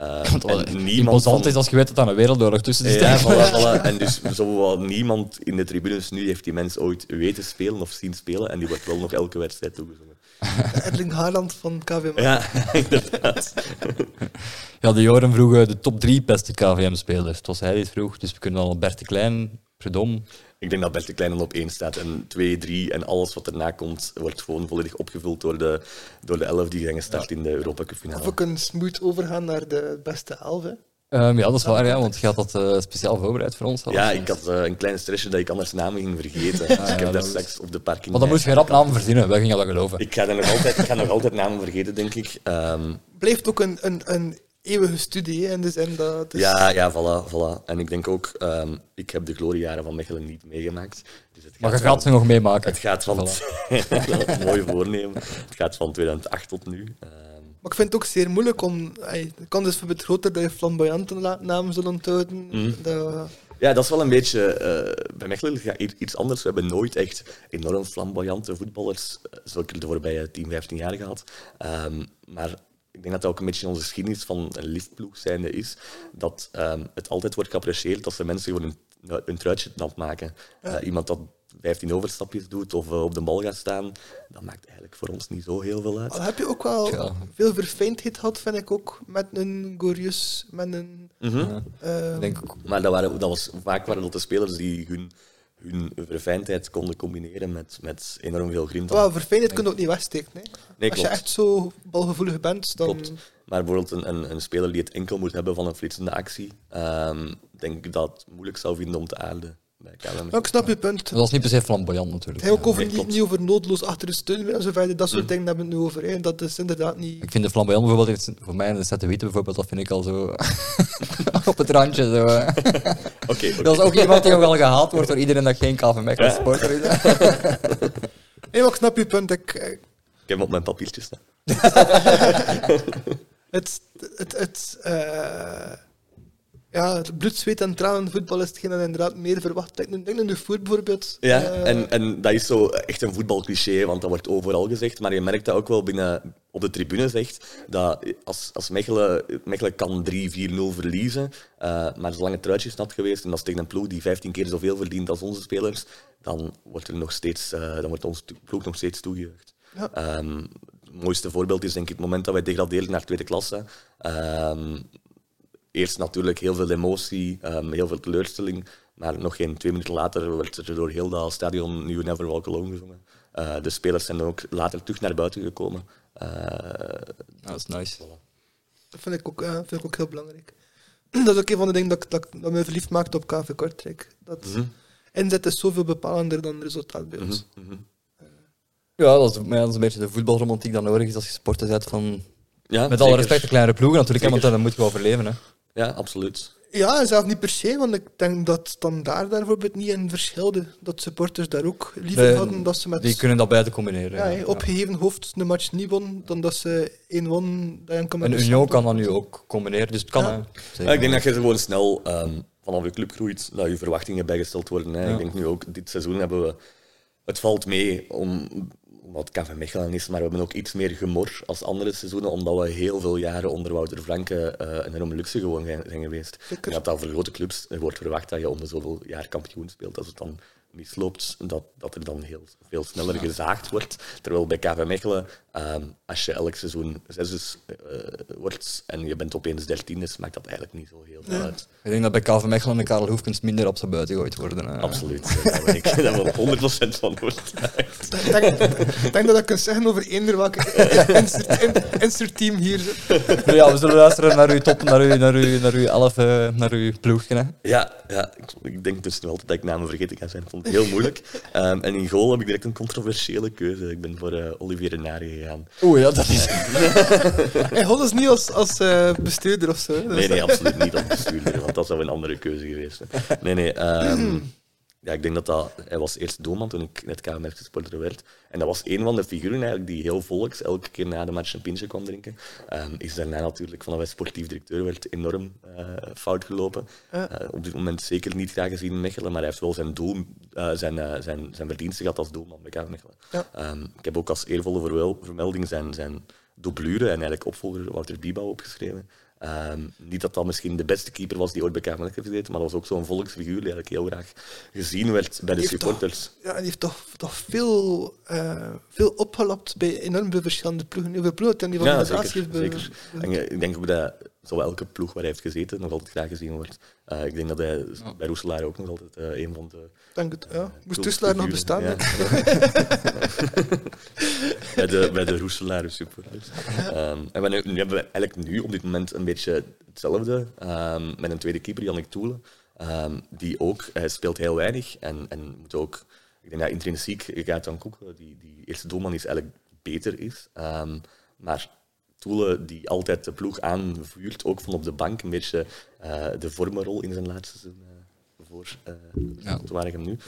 Imposant is als je weet dat er een wereldoorlog tussen zit. Ja, voilà. En dus zowel niemand in de tribunes nu heeft die mens ooit weten spelen of zien spelen. En die wordt wel nog elke wedstrijd toegezongen. Erling Haaland van KV. Ja, inderdaad. Ja, de Joren vroegen de top 3 beste KVM-spelers. Het was hij die het vroeg, dus we kunnen al Bert de Klein, Prudhomme. Ik denk dat Bert de Klein dan op 1 staat. En 2, 3 en alles wat erna komt, wordt gewoon volledig opgevuld door de 11 die zijn gestart in de Europa Cup finale. Of we kunnen smooth overgaan naar de beste 11. Hè. Ja, dat is waar, ja, want je had dat speciaal voorbereid voor ons. Ja, ik had een klein stressje dat ik anders namen ging vergeten. Dus ik heb daar straks op de parking... Maar dan moest je rap namen verzinnen, wij gingen dat geloven. Ik ga nog altijd namen vergeten, denk ik. Blijft ook een eeuwige studie, hè, in de zin dat... Het is... Ja, voilà. En ik denk ook, ik heb de gloriejaren van Mechelen niet meegemaakt. Dus Maar je gaat ze nog meemaken. Het gaat van... Voilà. Mooi voornemen. Het gaat van 2008 tot nu. Maar ik vind het ook zeer moeilijk om... Het kan dus bijvoorbeeld groter dat je flamboyante namen zullen onthouden. Ja, dat is wel een beetje... bij Mechelen iets anders. We hebben nooit echt enorm flamboyante voetballers, zoals ik de voorbije 10, 15 jaar gehad. Maar ik denk dat dat ook een beetje in onze geschiedenis van een liftploeg zijnde is, dat het altijd wordt geapprecieerd als de mensen gewoon een truitje nat maken. Iemand dat 15 overstapjes doet of op de bal gaat staan, dat maakt eigenlijk voor ons niet zo heel veel uit. Al heb je ook wel veel verfijndheid gehad, vind ik ook, met een Gorius, met een... Denk ik. Maar vaak waren dat de spelers die hun verfijndheid konden combineren met enorm veel grinta. Wel, verfijndheid kun je ook niet wegsteken. Hè. Nee, als je echt zo balgevoelig bent, dan... Klopt. Maar bijvoorbeeld een speler die het enkel moet hebben van een flitsende actie, denk ik dat het moeilijk zou vinden om te aarden bij KV. Ja, ik snap je punt. Dat was niet per se flamboyant natuurlijk. Hij ook over, Nee, klopt. niet over noodloos achter de steun en zo verder. Dat soort dingen hebben we het nu over. Hè. Dat is inderdaad niet... Ik vind de flamboyant bijvoorbeeld, voor mij in de Zette Witte bijvoorbeeld, dat vind ik al zo op het randje. Zo. Oké. Dat is ook iemand die ook al gehaald wordt door iedereen dat geen KV Mechelen supporter is. Nee, maar ik snap je punt. Ik heb hem op mijn papiertjes staan. Het bloed, zweet en tranen voetbal is hetgeen dat inderdaad meer verwacht. Denk aan de voer bijvoorbeeld. Ja, en dat is zo echt een voetbalcliché, want dat wordt overal gezegd. Maar je merkt dat ook wel binnen op de tribune zegt, dat als Mechelen kan 3-4-0 verliezen, maar zolang het truitje is nat geweest en dat is tegen een ploeg die 15 keer zoveel verdient als onze spelers, dan wordt onze ploeg nog steeds toegejuicht. Ja. Het mooiste voorbeeld is denk ik het moment dat wij degradeerden naar tweede klasse. Eerst natuurlijk heel veel emotie, heel veel teleurstelling, maar nog geen 2 minuten later werd er door heel dat stadion You Never Walk Alone gezongen. De spelers zijn dan ook later terug naar buiten gekomen. Dat is nice. Dat vind ik ook heel belangrijk. Dat is ook een van de dingen dat me verliefd maakt op KV Kortrijk. Dat inzet is zoveel bepalender dan resultaat bij ons. Ja, dat is een beetje de voetbalromantiek dat nodig is als je sporter bent van... Ja, met alle respect de kleinere ploegen natuurlijk, want dan moet je overleven. Hè. Ja, absoluut. Ja, en zelf niet per se, want ik denk dat standaard daar bijvoorbeeld niet in verschilde. Dat supporters daar ook liever hadden dat ze met... Die kunnen dat beide combineren. Ja, opgeheven hoofd een match niet won, dan dat ze 1 won. En Union kan dat nu ook combineren, dus het kan. Ja. Ja, ik denk dat je gewoon snel vanaf je club groeit, dat je verwachtingen bijgesteld worden. Hè. Ja. Ik denk nu ook, dit seizoen hebben we... Het valt mee omdat KV Mechelen is, maar we hebben ook iets meer gemor als andere seizoenen, omdat we heel veel jaren onder Wouter Franke een enorme luxe gewoon zijn geweest. En dat voor grote clubs wordt verwacht dat je om de zoveel jaar kampioen speelt. Als het dan misloopt, dat er dan heel veel sneller gezaagd wordt. Terwijl bij KV Mechelen, als je elk seizoen 6 wordt en je bent opeens 13e, maakt dat eigenlijk niet zo heel veel uit. Ik denk dat bij KV Mechelen en Karel Hoefkens minder op zijn buiten gegooid worden. Absoluut, daar ben ik 100% van overtuigd. Ik denk dat ik kan zeggen over eender welke Inster-team hier zit. Ja, we zullen luisteren naar uw top, naar uw 11, naar uw ploegje. Hè. Ja, ik denk dus nu altijd dat ik namen vergeten ga zijn. Ik vond het heel moeilijk. En in goal heb ik direct een controversiële keuze. Ik ben voor Olivier Renari gegaan. Oeh, ja, dat is... Hij had dus niet als bestuurder of zo. Nee, absoluut niet als bestuurder, want dat zou een andere keuze geweest zijn. Nee. Ja, ik denk dat hij was eerst doelman toen ik net KV-supporter werd. En dat was een van de figuren eigenlijk die heel volks elke keer na de match een pintje kwam drinken. Is daarna natuurlijk, vanaf hij sportief directeur werd, enorm fout gelopen. Op dit moment zeker niet graag gezien in Mechelen, maar hij heeft wel zijn verdiensten gehad als doelman bij KV Mechelen. Ja. Ik heb ook als eervolle vermelding zijn doublure en eigenlijk opvolger Wouter Biebouw opgeschreven. Niet dat dat misschien de beste keeper was die ooit bij KV Mechelen heeft gezeten, maar dat was ook zo'n volksfiguur die eigenlijk heel graag gezien werd bij de supporters. Ja, die heeft toch veel opgelapt bij enorm veel verschillende ploegen. Hoeveel ploegen dat die van de zeker. En ik denk ook dat zo elke ploeg waar hij heeft gezeten nog altijd graag gezien wordt. Ik denk dat hij bij Roeselaar ook nog altijd een van de... Denk het, ja. Moest Roeselaar nog bestaan? Ja. bij de Roeselaar supporters. En nu hebben we eigenlijk nu op dit moment een beetje hetzelfde met een tweede keeper, Jannik Toelen. Die ook, hij speelt heel weinig en moet ook, ik denk dat intrinsiek gaat aan Koeken, die eerste doelman is eigenlijk beter is. Maar Toelen die altijd de ploeg aanvuurt, ook van op de bank, een beetje de vormenrol in zijn laatste seizoen voor Waregem nu.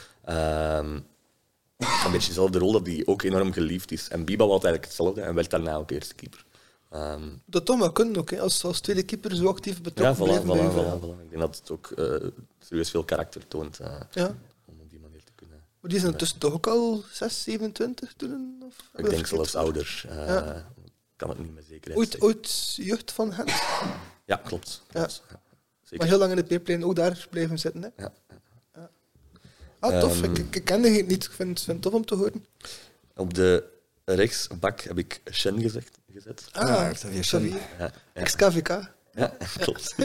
Een beetje dezelfde rol dat die ook enorm geliefd is. En Biba had eigenlijk hetzelfde en werd daarna ook eerste keeper. Dat toch maar kunnen ook, hè? Als tweede keeper zo actief betrokken blijven. Voilà. Ik denk dat het ook serieus veel karakter toont om op die manier te kunnen. Maar die zijn intussen toch ook al 6, 27 toen? Of? Ik denk zelfs ouder. Kan het niet met zekerheid ooit jeugd van hen? Ja, klopt. Ja. Zeker. Maar heel lang in de peerplein ook daar blijven zitten. Hè? Ja. Tof. Ik kende het niet. Ik vind het tof om te horen. Op de rechtsbak heb ik Shen gezet. Xavier. Ex-KVK. Ja, klopt.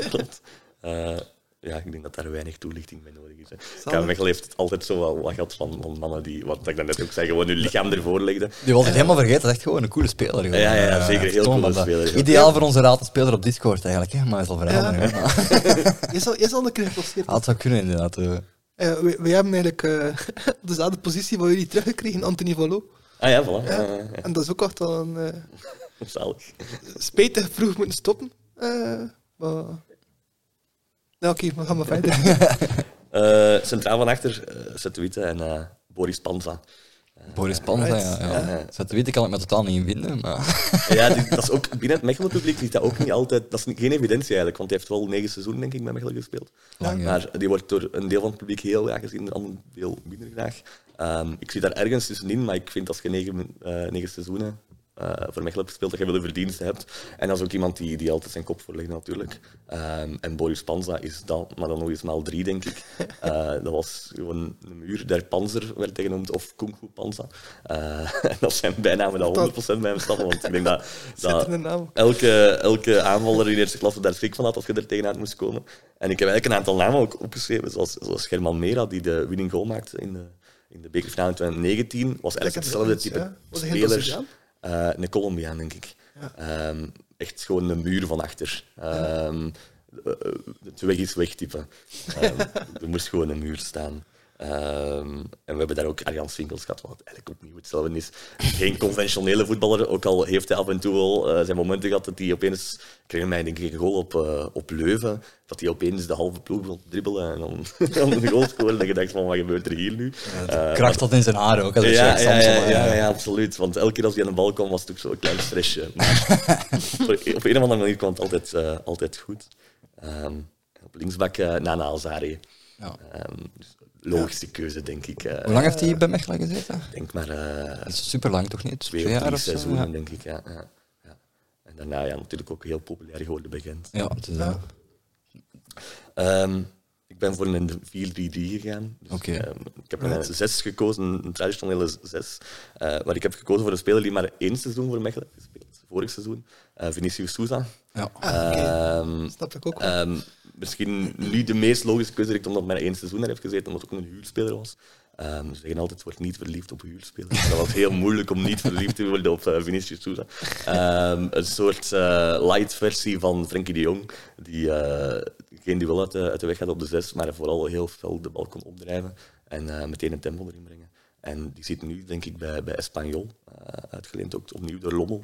Ik denk dat daar weinig toelichting bij nodig is. KV Mechelen heeft het altijd zo wel wat gehad van mannen die, wat ik daarnet ook zei, gewoon hun lichaam ervoor legden. Die was het helemaal vergeten, dat is echt gewoon een coole speler. Gewoon. Ja, zeker. Heel coole speler. Ideaal voor onze ratenspeler op Discord eigenlijk, hè? Maar hij is al veranderen. Je zal een keer gepasseerd. Het zou kunnen, inderdaad. We hebben eigenlijk op dezelfde positie van jullie teruggekregen, Anthony Valo. Ah ja, voilà. En dat is ook echt wel een Zalig. spijtig vroeg moeten stoppen. Maar... Ja, oké, we gaan maar verder. Centraal van achter, Setuite en Boris Panza. Boris Panza, ja. Dat weet ik kan ik me totaal niet vinden. Maar... Ja, dat is ook binnen het Mechelen-publiek is dat ook niet altijd... Dat is geen evidentie eigenlijk, want hij heeft wel 9 seizoenen denk ik bij Mechelen gespeeld. Lang, ja. Maar die wordt door een deel van het publiek heel graag gezien, de ander veel minder graag. Ik zie daar ergens tussenin, maar ik vind als je 9 seizoenen voor Mechelen hebt gespeeld, dat je wel een verdienste hebt. En dat is ook iemand die altijd zijn kop voorlegt natuurlijk. En Boris Panza is dat, maar dan nog eens maal 3, denk ik. Dat was gewoon een muur der Panzer, werd hij genoemd, of Kung Fu Panza. En dat zijn bijnamen dat 100% bij hem stappen, want ik denk dat elke aanvaller in eerste klasse daar schrik van had als je er tegenaan moest komen. En ik heb eigenlijk een aantal namen ook opgeschreven, zoals German Mera, die de winning goal maakte in de bekerfinale in 2019. Was eigenlijk hetzelfde type speler. Een Colombiaan, denk ik. Ja. Echt gewoon een muur van achter. Het weg is weg type. Er moest gewoon een muur staan. En we hebben daar ook Arjan Swinkels gehad, wat eigenlijk opnieuw hetzelfde is. Geen conventionele voetballer, ook al heeft hij af en toe wel zijn momenten gehad dat hij opeens... Ik kreeg mij denk ik een goal op Leuven, dat hij opeens de halve ploeg wil dribbelen en dan een goal scoren. En je dacht van, wat gebeurt er hier nu? Kracht dat in zijn haren ook. Ja, absoluut. Want elke keer als hij aan de bal kwam, was het ook zo'n klein stressje. Maar op een of andere manier kwam het altijd goed. Op linksbak Nana Alzari. Ja. Dus logische keuze, denk ik. Hoe lang heeft hij bij Mechelen gezeten? Ik denk maar... dat is super lang, toch niet? 2 of 3 seizoenen, denk ik. Ja. En daarna natuurlijk ook heel populair geworden bij Gent. Ja, het is ik ben voor een 4-3-3 gegaan. Dus, ik heb een 6 gekozen, een traditionele 6. Maar ik heb gekozen voor een speler die maar 1 seizoen voor Mechelen heeft gespeeld. Vorig seizoen. Vinicius Sousa. Ja. Snap ik ook wel. Misschien niet de meest logische keuze, omdat hij maar 1 seizoen daar heeft gezeten, omdat het ook een huurspeler was. Ze zeggen altijd, word niet verliefd op huurspelers. Dat was heel moeilijk om niet verliefd te worden op Vinicius Sousa. Een soort light versie van Frenkie de Jong, die geen duel uit de weg had op de 6, maar vooral heel fel de bal kon opdrijven en meteen een tempo erin brengen. En die zit nu, denk ik, bij Espanyol, uitgeleend ook opnieuw door Lommel.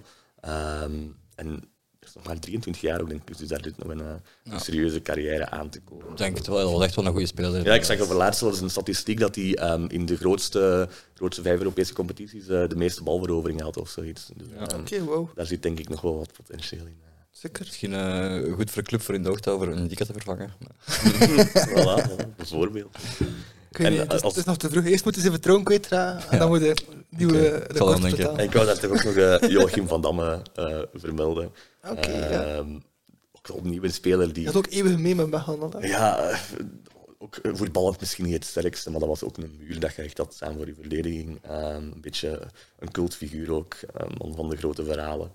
En is nog maar 23 jaar ook, denk ik, dus daar zit nog een serieuze carrière aan te komen. Ik denk het wel, dat was echt wel een goede speler. Ja, ik zag over laatst wel eens een statistiek dat hij in de grootste 5 Europese competities de meeste balveroveringen had of zoiets. Dus, wow. Daar zit denk ik nog wel wat potentieel in. Zeker. Misschien goed voor een club voor in de hoogte over een dikke te vervangen. Voilà, bijvoorbeeld. Het is nog te vroeg. Eerst moeten ze vertrouwen kwijtraken en dan moeten nieuwe records betalen. En ik wou daar toch ook nog Joachim van Damme vermelden. Ook opnieuw een speler die... Je had ook eeuwig mee met Mechelen. Ja, ook voetballend misschien niet het sterkste, maar dat was ook een muur dat je echt had staan voor je verdediging. Een beetje een cultfiguur ook, man van de grote verhalen.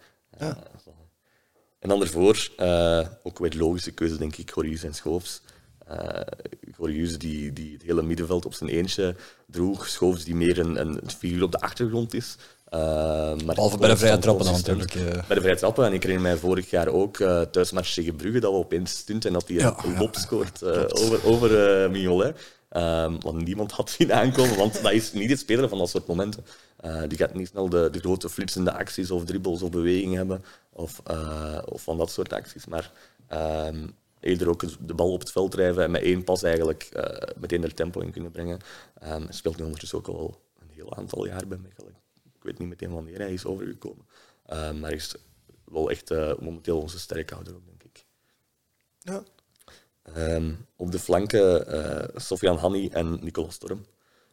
En dan ervoor, ook weer logische keuze, denk ik, Gorius en Schoofs. Gorius die het hele middenveld op zijn eentje droeg. Schoofs die meer een figuur op de achtergrond is. Behalve bij de vrije trappen dan natuurlijk. Bij de vrije trappen. En ik herinner mij vorig jaar ook thuismatch tegen Brugge dat we opeens stunt en dat hij een lop scoort over Mignolet. Want niemand had zien aankomen, want dat is niet het spelen van dat soort momenten. Die gaat niet snel de grote flitsende acties of dribbles of bewegingen hebben of van dat soort acties. Maar eerder ook de bal op het veld drijven en met 1 pas eigenlijk meteen er tempo in kunnen brengen. Hij speelt nu ondertussen ook al een heel aantal jaar bij Mechelen. Ik weet niet meteen wanneer hij is overgekomen. Maar is wel echt momenteel onze sterkhouder ook, denk ik. Ja. Op de flanken Sofian Hanni en Nicolas Storm.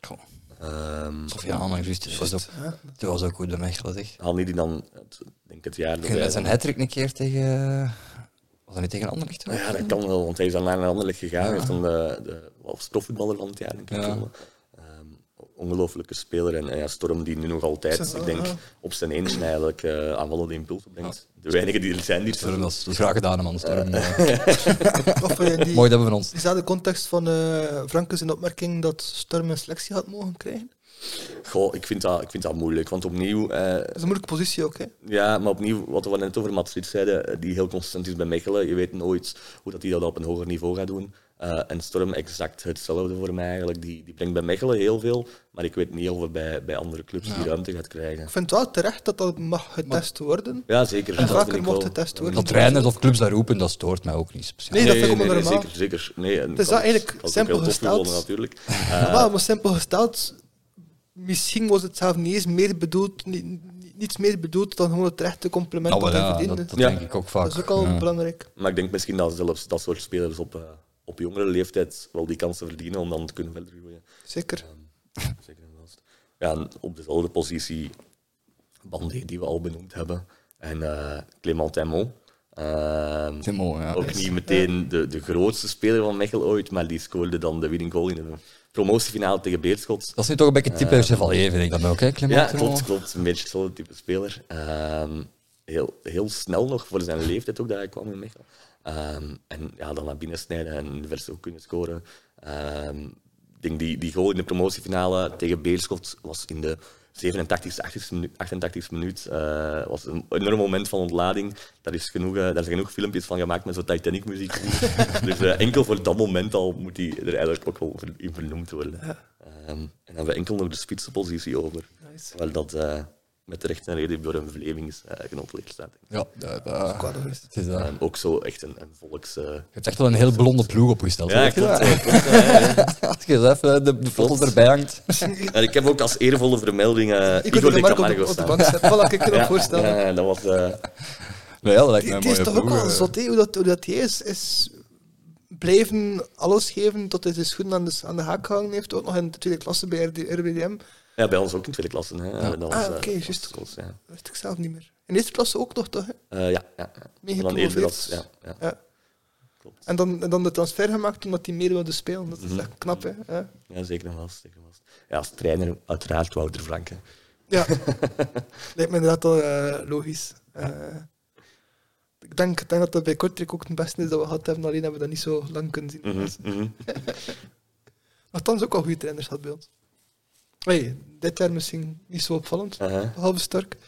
Sofian Hanni, dat was ook goed bij Mechelen, zeg. Hanni die dan, denk het jaar... Hij zijn hat-trick een keer tegen... Was dat niet tegen Anderlecht? Ja, dat kan wel, want hij is dan naar Anderlecht gegaan. Hij heeft dan de profvoetballer van het jaar, denk ik. Ongelooflijke speler. En Storm die nu nog altijd, ik denk, op zijn eentje eigenlijk aanvallende impulsen brengt. De weinigen die er zijn, die... Storm, dat is graag gedaan, man. Storm. Mooi dat we van ons. Is dat de context van Franke zijn opmerking dat Storm een selectie had mogen krijgen? Goh, ik vind dat moeilijk, want opnieuw... dat is een moeilijke positie ook, hè? Ja, maar opnieuw, wat we net over Mats Frits zeiden, die heel consistent is bij Mechelen, je weet nooit hoe dat hij dat op een hoger niveau gaat doen. En Storm exact hetzelfde voor mij eigenlijk. Die brengt bij Mechelen heel veel, maar ik weet niet of hij bij andere clubs die ruimte gaat krijgen. Ik vind het wel terecht dat mag getest worden. Ja, zeker. En Dat vaker vind ik mocht wel. getest worden. Dat trainers of clubs daar roepen, dat stoort mij ook niet speciaal. Nee, dat vind ik ook normaal. Zeker. Nee, en Het is dat wel eigenlijk dat ook simpel heel tof gesteld. gevonden, natuurlijk. Maar simpel gesteld, misschien was het zelf niet eens meer bedoeld, niets meer bedoeld dan gewoon het rechte compliment Nou, dat hij ja, verdiende. dat Ja. denk ik ook vaak. Dat is ook al Ja. belangrijk. Maar ik denk misschien dat zelfs dat soort spelers op jongere leeftijd wel die kansen verdienen om dan te kunnen verder groeien. Zeker. Zeker en vast. Ja, en op dezelfde positie Bandé, die we al benoemd hebben. En Clément Timon. Timo, ja. Ook niet meteen de grootste speler van Mechelen ooit, maar die scoorde dan de winning goal in de promotiefinale tegen Beerschot. Dat is nu toch een beetje type Chevalier, vind ik dan ook, hè, Clement? Ja, klopt. Een beetje hetzelfde type speler. Heel snel nog voor zijn leeftijd ook dat hij kwam in Mechelen. En ja, dan naar binnen snijden en vers ook kunnen scoren. Ik denk die goal in de promotiefinale tegen Beerschot was in de 87e, 88e minuut. Was een enorm moment van ontlading. Daar zijn genoeg filmpjes van gemaakt met zo'n Titanic-muziek. Dus enkel voor dat moment al moet hij er eigenlijk ook wel in vernoemd worden. Ja. En dan hebben we enkel nog de spitsenpositie over. Nice. Terwijl dat met recht en reden door een verlevingsgenoteerd staat. Ja, het is dat. Ook zo echt een volks... Je hebt echt wel een heel blonde ploeg opgesteld. Ja, weet je klopt. dat? Klopt, ja. Als je eens even de foto's erbij hangt. En ik heb ook als eervolle vermelding Ik Igor wil de de Mark Camargo op de staan. bank zetten. Voilà, ik kan me voorstellen. Ja, dat was... Nou ja, dat lijkt me een Die is mooie toch ook ploeg. wel zot, hè? Hoe dat hij is blijven alles geven tot hij zijn schoenen aan de haak gehangen heeft. Ook nog in de tweede klasse bij RWDM. Ja, bij ons ook in tweede klasse. Hè. Dat was, oké, dat juist. was close, ja. Dat wist ik zelf niet meer. In eerste klasse ook nog, toch? Hè? Ja. Mee Dan eerder als... gepromoveerd. Ja. Ja. Klopt. En dan de transfer gemaakt omdat hij meer wilde spelen. Dat is echt knap, hè? Ja, zeker en vast. Ja, als trainer uiteraard Wouter Franke. Ja, lijkt me inderdaad wel logisch. Ik denk dat dat bij Kortrijk ook het beste is dat we gehad hebben, alleen hebben we dat niet zo lang kunnen zien. Nochtans ook al goede trainers had bij ons. Hey, dit jaar misschien niet zo opvallend, behalve Stark.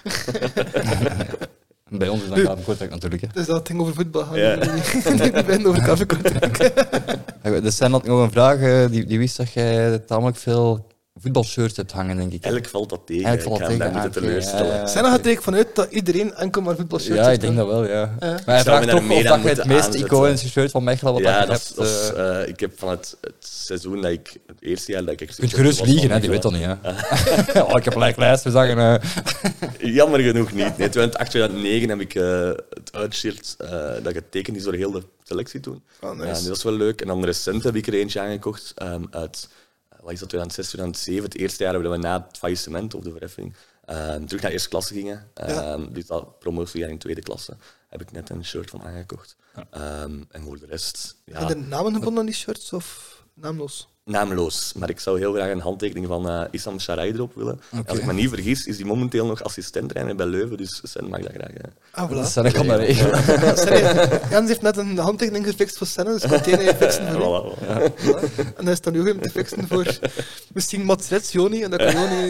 Bij ons is dat KV Kortrijk natuurlijk. Hè. Dus dat ging over voetbal gaan. Ja. Ik ben over KV Kortrijk. Dus zijn dat nog een vraag die wist dat jij tamelijk veel voetbalshirts hebt hangen, denk ik. Eigenlijk valt dat tegen. Eigenlijk valt Ik dat ga hem tegen. daar niet te teleurstellen. Zijn er gaat er vanuit dat iedereen enkel maar voetbalshirts Ja, heeft? ik denk dat wel, ja. Maar hij Zou me vraagt daar toch meer of aan dat je het moeten meest aanzetten. iconische shirt van Mechelen wat Ja, je dat hebt. is, ik heb van het seizoen dat ik... Het eerste jaar dat ik... Je kunt gerust liegen, hè, die weet dat niet. Hè. Ik heb gelijk lijsten zeggen. Jammer genoeg niet. Nee, 2008, 2009 heb ik het uitshirt dat getekend is door heel de selectie toen. Oh, nice. Ja, dat is wel leuk. En dan recent heb ik er eentje aangekocht uit... Wat is dat, 2006, 2007? Het eerste jaar dat we na het faillissement of de verheffing terug naar eerste klasse gingen. Dus dat promotiejaar in tweede klasse heb ik net een shirt van aangekocht. En voor de rest... Ja, Zijn er namen gebonden aan die shirts of naamloos? naamloos. Maar ik zou heel graag een handtekening van Issam Sharai erop willen. Als ik me niet vergis, is hij momenteel nog assistent-trainer bij Leuven, dus Sen mag dat graag. Ah, voilà. Dat zijn kan dat regelen. Jans heeft net een handtekening gefixt voor Senne, dus kan hij fixen voor u. Voilà. En hij is dan nu om te fixen voor misschien Mats Rets, Joni, en dan kan Joni...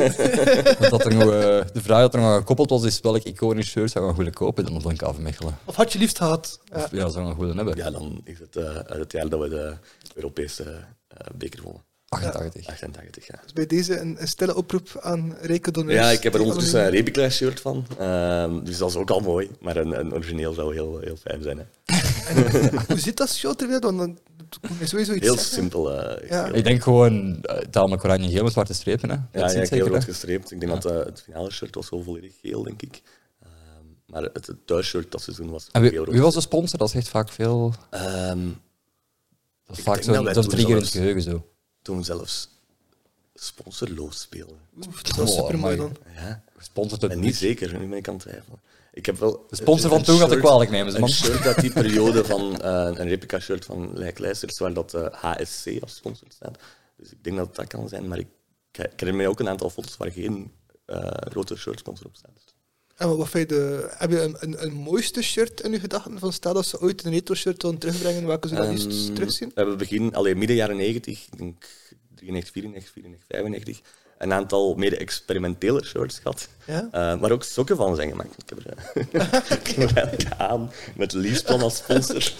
Dat er nog, de vraag dat er nog aan gekoppeld was, is welk iconisch shirt zou je nog willen kopen dan op een KV Mechelen? Of had je liefst gehad? Ja. Ja, dat zou je nog willen hebben. Ja, dan is het uit het jaar dat we de Europese beker wonnen. 88. 88, ja. Dus bij deze een stille oproep aan rijke donneurs. Ja, ik heb er ondertussen een Rebecla-shirt van. Dus dat is ook al mooi. Maar een origineel zou heel fijn zijn. Hè. Hoe zit dat shirt er weer? Want dan moet je sowieso iets Heel zeggen. simpel. Ja. Ik denk gewoon tamelijk oranje geel met zwarte strepen. Hè. Ja, Dat zit heel zeker, rood hè. gestreept. Ik denk dat het finale shirt was wel volledig geel, denk ik. Maar het thuisshirt dat seizoen was En heel rood. wie was de sponsor? Dat is echt vaak veel... Ehm, Dat is Ik vaak denk dat zo'n wij zo toen trigger in het zelfs- geheugen. Zo. toen zelfs sponsorloos spelen. Oef, dat was super mooi dan. Ja. Gesponsord door En niet zeker, nu ben ik aan het twijfelen. Ik heb wel De sponsor van een toen gaat ik shirt- kwalijk nemen, ze, Een man. shirt uit die periode van een replica-shirt van Lijklijsters, waar dat HSC als sponsor staat. Dus ik denk dat dat kan zijn, maar ik herinner me ook een aantal foto's waar geen grote shirtsponsor op staat. En wat vind je heb je een mooiste shirt in je gedachten? Van stel dat ze ooit een retro-shirt willen terugbrengen, welke ze dan liefst terugzien? We hebben midden jaren 90, ik denk 93, 94, 94, 95, een aantal meer experimentele shirts gehad. Ja? Maar ook sokken van zijn gemaakt. Ik heb er aan met Leafsplan als sponsor.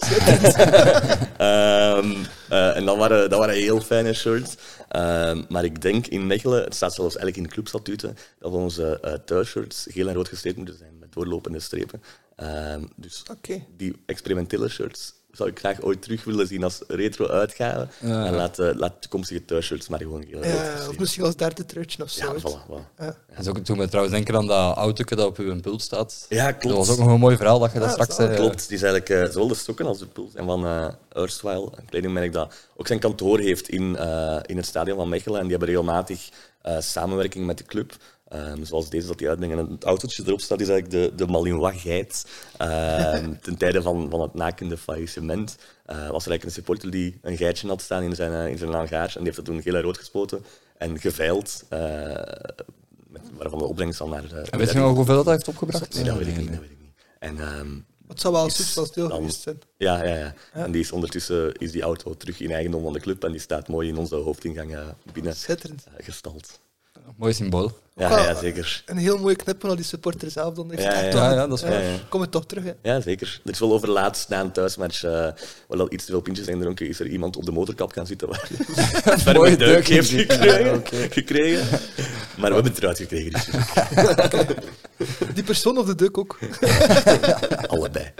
En dat waren heel fijne shirts. Maar ik denk in Mechelen, het staat zelfs eigenlijk in de clubstatuten, dat onze thuisshirts geel en rood gestreept moeten zijn met doorlopende strepen. Dus die experimentele shirts zou ik graag ooit terug willen zien als retro-uitgave. En laat toekomstige thuisshirts maar gewoon geel en rood gestreept. Of misschien als derde truitje of zo. Ja, voilà. En zo toen we trouwens denken aan dat autootje dat op uw pult staat. Ja, klopt. Dat was ook nog een mooi verhaal dat je dat straks... Klopt, die is eigenlijk zowel de sokken als de pult. En van Erstwhile, een kledingmerk dat ook zijn kantoor heeft in het stadion van Mechelen. En die hebben regelmatig samenwerking met de club. Zoals deze dat die uitbrengen. En het autootje erop staat is eigenlijk de Malinois-geit. Ten tijde van het nakende faillissement was er eigenlijk een supporter die een geitje had staan in zijn hangar. En die heeft dat toen geel en rood gespoten en geveild. Waarvan de opbrengst dan naar... En weet je nog hoeveel dat heeft opgebracht? Nee, dat weet ik niet. En, het zou wel een substantieel deel geweest zijn. Ja. En die is ondertussen is die auto terug in eigendom van de club en die staat mooi in onze hoofdingang binnen gestald. Mooi symbool. Ja, zeker. Een heel mooie knip van die supporter zelf dan. Ja, dat is waar. Kom het toch terug, hè? Ja, zeker. Er is wel overlaatst na een thuismatch, waar al iets te veel pintjes zijn gedronken, is er iemand op de motorkap gaan zitten waar een mooie deuk heeft gekregen. Maar we hebben het eruit gekregen. Dus. Die persoon of de deuk ook? Allebei.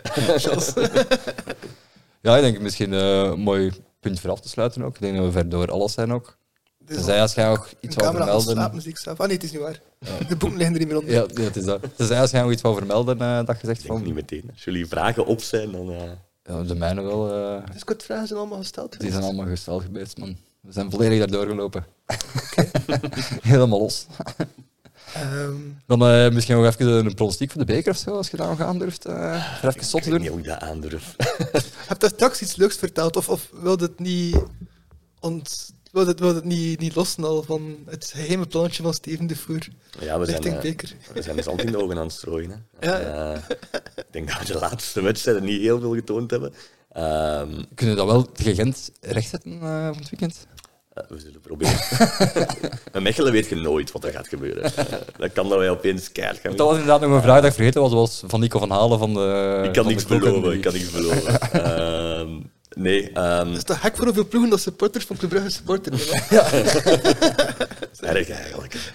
Ja, ik denk misschien een mooi punt voor af te sluiten ook. Ik denk dat we ver door alles zijn ook. Tenzij als jij nog iets wou vermelden... Nee, het is niet waar. De boeken liggen er niet meer onder. Ja, het is dat. Tenzij als jij nog iets wou vermelden, dat je zegt van... Niet meteen. Als jullie vragen op zijn, dan... Ja, de mijne wel. Dus kort vragen zijn allemaal gesteld geweest? Die zijn allemaal gesteld geweest, man. We zijn volledig daardoor gelopen. Helemaal los. Dan misschien nog even een pronostiek voor de beker of zo, als je dat nog aandurft. Even zot te doen. Ik weet niet hoe ik dat aandurf. Heb je straks iets leuks verteld? Of wilde het niet... Wil het niet lossen al van het geheime plannetje van Steven de Voer richting beker? We zijn de zand in de ogen aan het strooien. Hè. Ik denk dat we de laatste wedstrijden niet heel veel getoond hebben. Kunnen we dat wel tegen Gent rechtzetten van het weekend? We zullen proberen. Met Mechelen weet je nooit wat er gaat gebeuren. Dat kan dat wij opeens keihard gaan. Dat was inderdaad nog een vraag dat ik vergeten was, zoals van Nico van Halen van de... Ik kan niks beloven. Nee. Het is toch gek voor hoeveel ploegen dat supporters van Club Brugge supporteren? Dat is erg eigenlijk.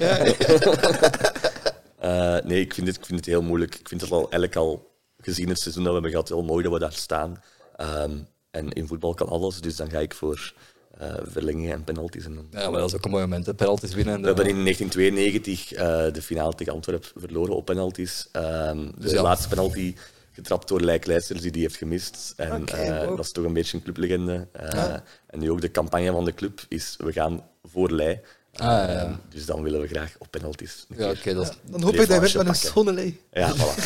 Nee, ik vind het heel moeilijk. Ik vind het eigenlijk al gezien het seizoen dat we hebben gehad heel mooi dat we daar staan. En in voetbal kan alles, dus dan ga ik voor verlengingen en penalties. Ja, maar dat is ook een mooi moment, hè? Penalties winnen. We hebben in 1992 de finale tegen Antwerpen verloren op penalties. De laatste penalty getrapt door Lijk Leijsters, die heeft gemist. En dat is toch een beetje een clublegende. En nu ook de campagne van de club is, we gaan voor Leij. Dus dan willen we graag op penalties. Ja, dan hoop ik dat je wint met een schone Leij. Ja, voilà.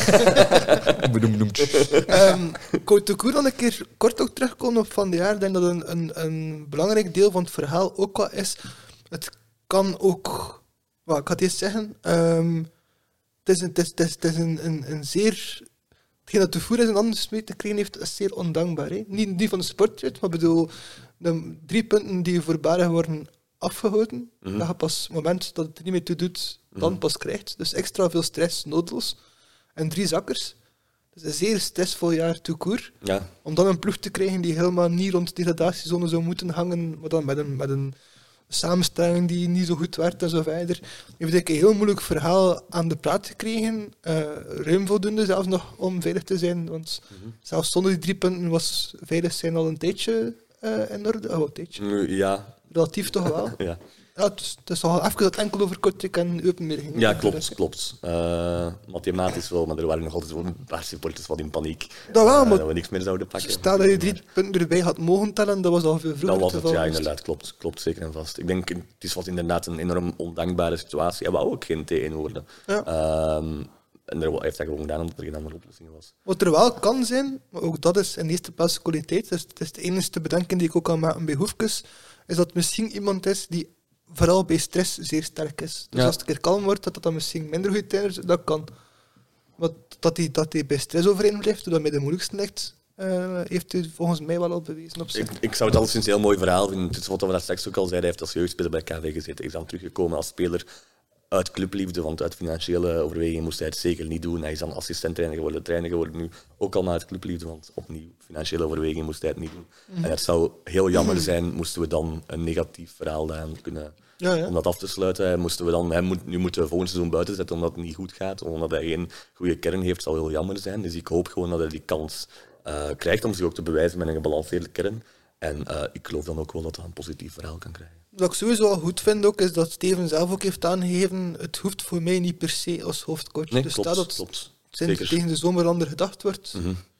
Kort dan een keer kort ook terugkomen op van de jaar. Ik denk dat een belangrijk deel van het verhaal ook wel is. Het kan ook... ik ga het eerst zeggen. Het is een zeer... Hetgeen dat de Voer in anders mee te krijgen heeft, is zeer ondankbaar. Hè? Niet van de sportrit, maar bedoel, de 3 punten die voorbarig worden afgehouden, dat je pas het moment dat het er niet meer toe doet, dan pas krijgt. Dus extra veel stress, noodloos. En 3 zakkers. Dus een zeer stressvol jaar tout court. Ja. Om dan een ploeg te krijgen die helemaal niet rond de degradatiezone zou moeten hangen, maar dan met een samenstelling die niet zo goed werd en zo verder. Heeft een heel moeilijk verhaal aan de praat gekregen. Ruim voldoende zelfs nog om veilig te zijn. Want zelfs zonder die 3 punten was veilig zijn al een tijdje in orde. Een tijdje. Ja. Relatief toch wel. Ja. Het is al even dat enkel over Kortrijk en Eupenmeer ging. Ja, klopt. Mathematisch wel, maar er waren nog altijd wel een paar supporters wat in paniek. Dat wel, maar dat we niks meer zouden pakken. Stel dat je 3 punten erbij had mogen tellen, dat was al veel vroeger. Dat was het, ja, inderdaad. Klopt zeker en vast. Ik denk, het was inderdaad een enorm ondankbare situatie. En we wou ook geen T1 worden. Ja. En er heeft dat gewoon gedaan omdat er geen andere oplossing was. Wat er wel kan zijn, maar ook dat is in de eerste plaats kwaliteit, dus het is de enige bedenking die ik ook kan maken bij Hoefkes, is dat misschien iemand is die vooral bij stress zeer sterk is. Dus als het een keer kalm wordt, dat dan misschien minder goed is, dat kan. Maar dat hij bij stress overeind blijft, doordat hij de moeilijkste ligt, heeft hij volgens mij wel al bewezen op zich. Ik zou het alleszins een heel mooi verhaal vinden. Het is wat we daar straks ook al zeiden. Hij heeft als jeugdspeler bij KV gezeten. Hij is dan teruggekomen als speler uit clubliefde, want uit financiële overwegingen moest hij het zeker niet doen. Hij is dan assistent-trainer geworden nu. Ook al uit clubliefde, want opnieuw, financiële overwegingen moest hij het niet doen. En het zou heel jammer zijn, moesten we dan een negatief verhaal daaraan kunnen... Ja. Om dat af te sluiten, nu moeten we volgend seizoen buiten zetten omdat het niet goed gaat, omdat hij geen goede kern heeft, zal heel jammer zijn. Dus ik hoop gewoon dat hij die kans krijgt om zich ook te bewijzen met een gebalanceerde kern. En ik geloof dan ook wel dat hij een positief verhaal kan krijgen. Wat ik sowieso wel goed vind ook, is dat Steven zelf ook heeft aangegeven, het hoeft voor mij niet per se als hoofdcoach. Nee, dus klopt, dat klopt. tegen de zomer ander gedacht wordt.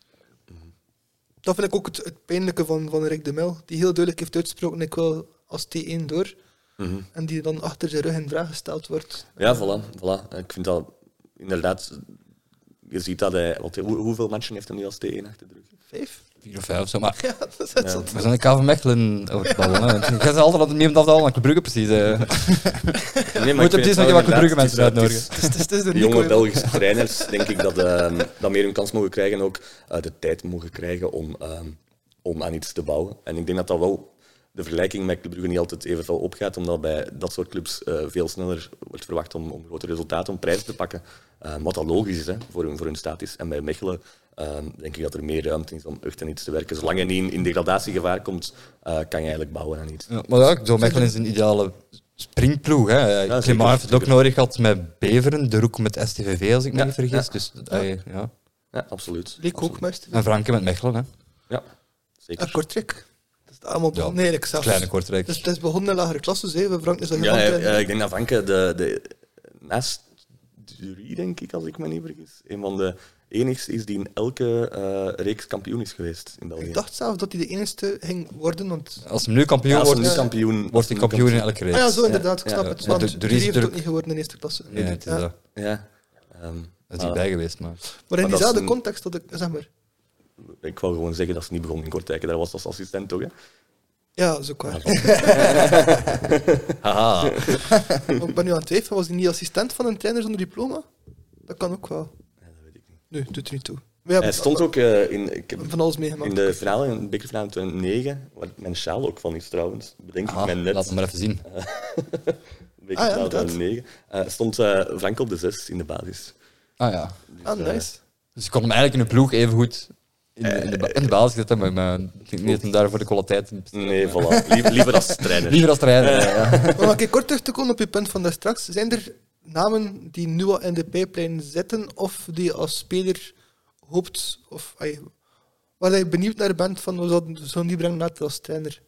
Dat vind ik ook het pijnlijke van Rick de Mil, die heel duidelijk heeft uitgesproken, ik wil als T1 door. En die dan achter zijn rug in vraag gesteld wordt. Ja, voilà. Ik vind dat inderdaad... Je ziet dat hij... Hoeveel matchen heeft hij nu als T1 achter de rug? 5? 4 of 5 of zo, maar Ja, dat is het zot. we zijn de KV Mechelen over het babbelen. Je gaat altijd op niemand afdalen naar Club Brugge, precies. Nee, Moet op precies nog wat Club Brugge mensen uitnodigen. Het is de jonge Nico, Belgische trainers, denk ik, dat meer een kans mogen krijgen en ook de tijd mogen krijgen om aan iets te bouwen. En ik denk dat dat wel de vergelijking met Club Brugge niet altijd even fel opgaat, omdat bij dat soort clubs veel sneller wordt verwacht om grote resultaten, om prijzen te pakken. Wat dat logisch is, hè, voor hun status. En bij Mechelen denk ik dat er meer ruimte is om echt aan iets te werken. Zolang je niet in degradatiegevaar komt, kan je eigenlijk bouwen aan iets. Ja, maar ja, zo Mechelen is een ideale springploeg. Hè. Ja, Clément heeft het ook zeker. nodig gehad met Beveren, de Roek met STVV, als ik me Ja, niet vergis. ja. Dus, ja. Ja, absoluut. Leek ook meest. En Franke met Mechelen. Hè. Ja, zeker. En Kortrijk. Dat is allemaal begonnen. Nee, eigenlijk zelfs. Kleine Kortrijk. Dus het is begonnen in lagere klassen, hè. Frank is dat Ja, gewend. ik denk dat Vanke naast Durie, denk ik, als ik me niet vergis, een van de enigste is die in elke reeks kampioen is geweest in België. Ik dacht zelf dat hij de enige ging worden, want... Als hij nu kampioen Ja, als wordt, hij nu kampioen wordt hij kampioen in elke reeks. Ah ja, zo inderdaad, ik snap Ja, het. ja. Want Maar Durie heeft het er- ook niet geworden in eerste klasse. Nee, het is dat. Ja. Dat is niet bij geweest. Maar. Maar in dat diezelfde is een- context dat ik... Zeg maar. Ik wou gewoon zeggen dat ze niet begon in Kortrijk. Daar was als assistent toch, hè? Ja, dat is ook waar. Haha. Maar ik ben nu aan het twijfelen, was hij niet assistent van een trainer zonder diploma? Dat kan ook wel. Ja, dat weet ik niet. Nee, doet er niet toe. We hebben Hij stond ook ik heb van alles meegemaakt. in de finale, in de bekerfinale in 2009, waar mijn sjaal ook van is trouwens, bedenk ik mij net. Laat hem maar even zien. Bekerfinale inderdaad. 2009. Stond Frank op de 6 in de basis. Ah ja. Ah, nice. Dus je kon hem eigenlijk in een ploeg even goed in de basis zetten, maar ik denk niet dat hem daar voor de kwaliteit in bestaat. Nee, voilà. Liever als trainer. Liever als trainer. Ja. Maar mag ik kort terug te komen op je punt van daar straks? Zijn er namen die nu al in de pijplijn zitten of die je als speler hoopt, of waar je benieuwd naar bent van hoe zou die brengen later als trainer?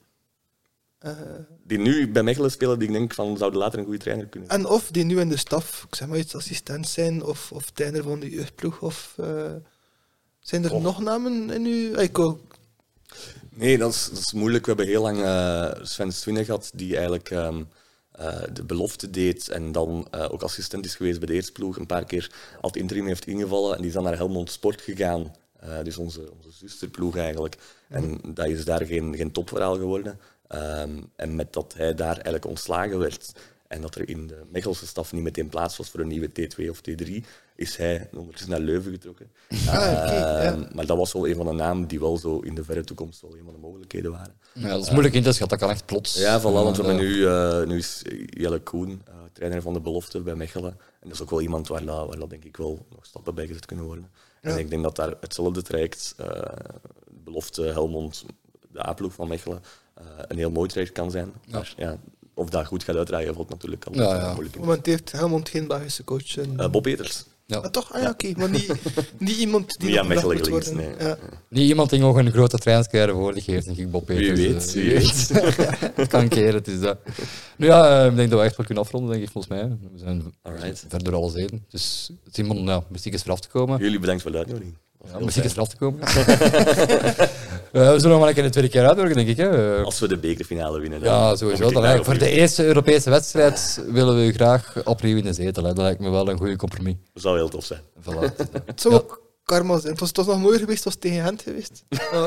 Die nu bij Mechelen spelen, die ik denk van zouden later een goede trainer kunnen zijn. En of die nu in de staf, ik zeg maar iets, assistent zijn of trainer van de jeugdploeg, of zijn er nog namen in uw... Nee, dat is moeilijk. We hebben heel lang Sven Swinnen gehad, die eigenlijk de belofte deed en dan ook assistent is geweest bij de eerste ploeg. Een paar keer als interim heeft ingevallen en die is dan naar Helmond Sport gegaan. Dus onze zusterploeg eigenlijk. En dat is daar geen topverhaal geworden. En met dat hij daar eigenlijk ontslagen werd en dat er in de Mechelse staf niet meteen plaats was voor een nieuwe T2 of T3, is hij ondertussen naar Leuven getrokken. Maar dat was wel een van de namen die wel zo in de verre toekomst wel een van de mogelijkheden waren. Ja, dat is moeilijk in te schatten, dat kan echt plots. Ja, voilà, want we hebben nu is Jelle Koen, trainer van de belofte bij Mechelen. En dat is ook wel iemand waar dat denk ik wel nog stappen bij gezet kunnen worden. Ja. En ik denk dat daar hetzelfde traject, belofte Helmond, de A-ploeg van Mechelen, een heel mooi traject kan zijn. Ja. Maar ja, of dat goed gaat uitdraaien, valt natuurlijk al Ja. moeilijk in. Want heeft Helmond geen Belgische coach. Bob Peters. Ja. Ah, toch? Ah ja, oké. Maar niet iemand die Niet aan nog Mechelen moet gelinkt, worden. nee. Ja. Niet iemand die nog een grote trainingscarrière voor zich heeft, denk ik, Bob Peters. Wie weet. Het kan keren, het is dat. Nu ja, ik denk dat we echt wel kunnen afronden, denk ik, volgens mij. We zijn Alright. verder alles eten. Dus Simon, ja, muziek is voor af te komen. Jullie bedankt voor de uitnodiging. Ja, muziek is voor af te komen. We zullen nog maar een tweede keer uitwerken, denk ik. Hè. Als we de bekerfinale winnen. dan Ja, kom sowieso. ik Dan daarop voor de terug. eerste Europese wedstrijd willen we u graag opnieuw in de zetel. Hè. Dat lijkt me wel een goede compromis. Dat zou heel tof zijn. Voilà. Het zou ook karma zijn. Het was nog mooier geweest als het tegen Gent geweest.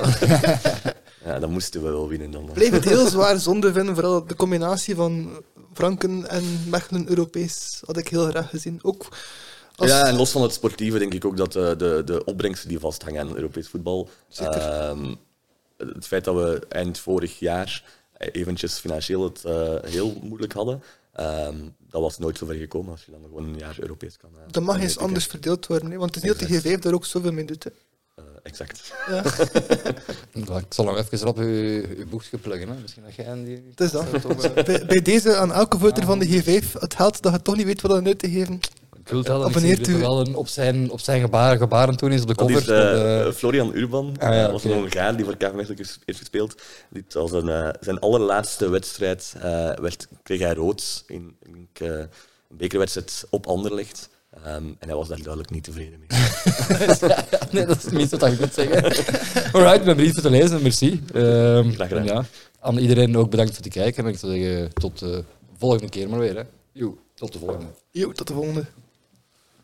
Ja, dan moesten we wel winnen dan. Ik bleef het heel zwaar zonde vinden, vooral de combinatie van Franken en Mechelen Europees had ik heel graag gezien. Ook Ja, en los van het sportieve denk ik ook dat de opbrengsten die vasthangen aan Europees voetbal... het feit dat we eind vorig jaar eventjes financieel het heel moeilijk hadden, dat was nooit zo ver gekomen als je dan gewoon een jaar Europees kan... dat mag eens anders verdeeld worden, hè? Want het is niet dat de G5 daar ook zoveel mee doet. Hè? Exact. Ja. Ik zal nog even op uw boekje pluggen. Hè. Misschien dat jij die... Het is dat. Bij deze aan elke voter van de G5, het helpt dat je toch niet weet wat aan uit te geven. Ik wil dat abonneert u wel op zijn gebaren toen is op de cover. Dat is Florian Urban, dat was een Hongaar die voor KV Mechelen heeft gespeeld. Dit als zijn allerlaatste wedstrijd kreeg hij rood in een bekerwedstrijd op Anderlecht. En hij was daar duidelijk niet tevreden mee. Nee, dat is het minste wat je kunt zeggen. Alright, ik ben benieuwd voor te lezen, merci. Graag gedaan. Ja, aan iedereen ook bedankt voor het kijken. En ik zou zeggen, tot de volgende keer maar weer. Hè. Tot de volgende. Tot de volgende.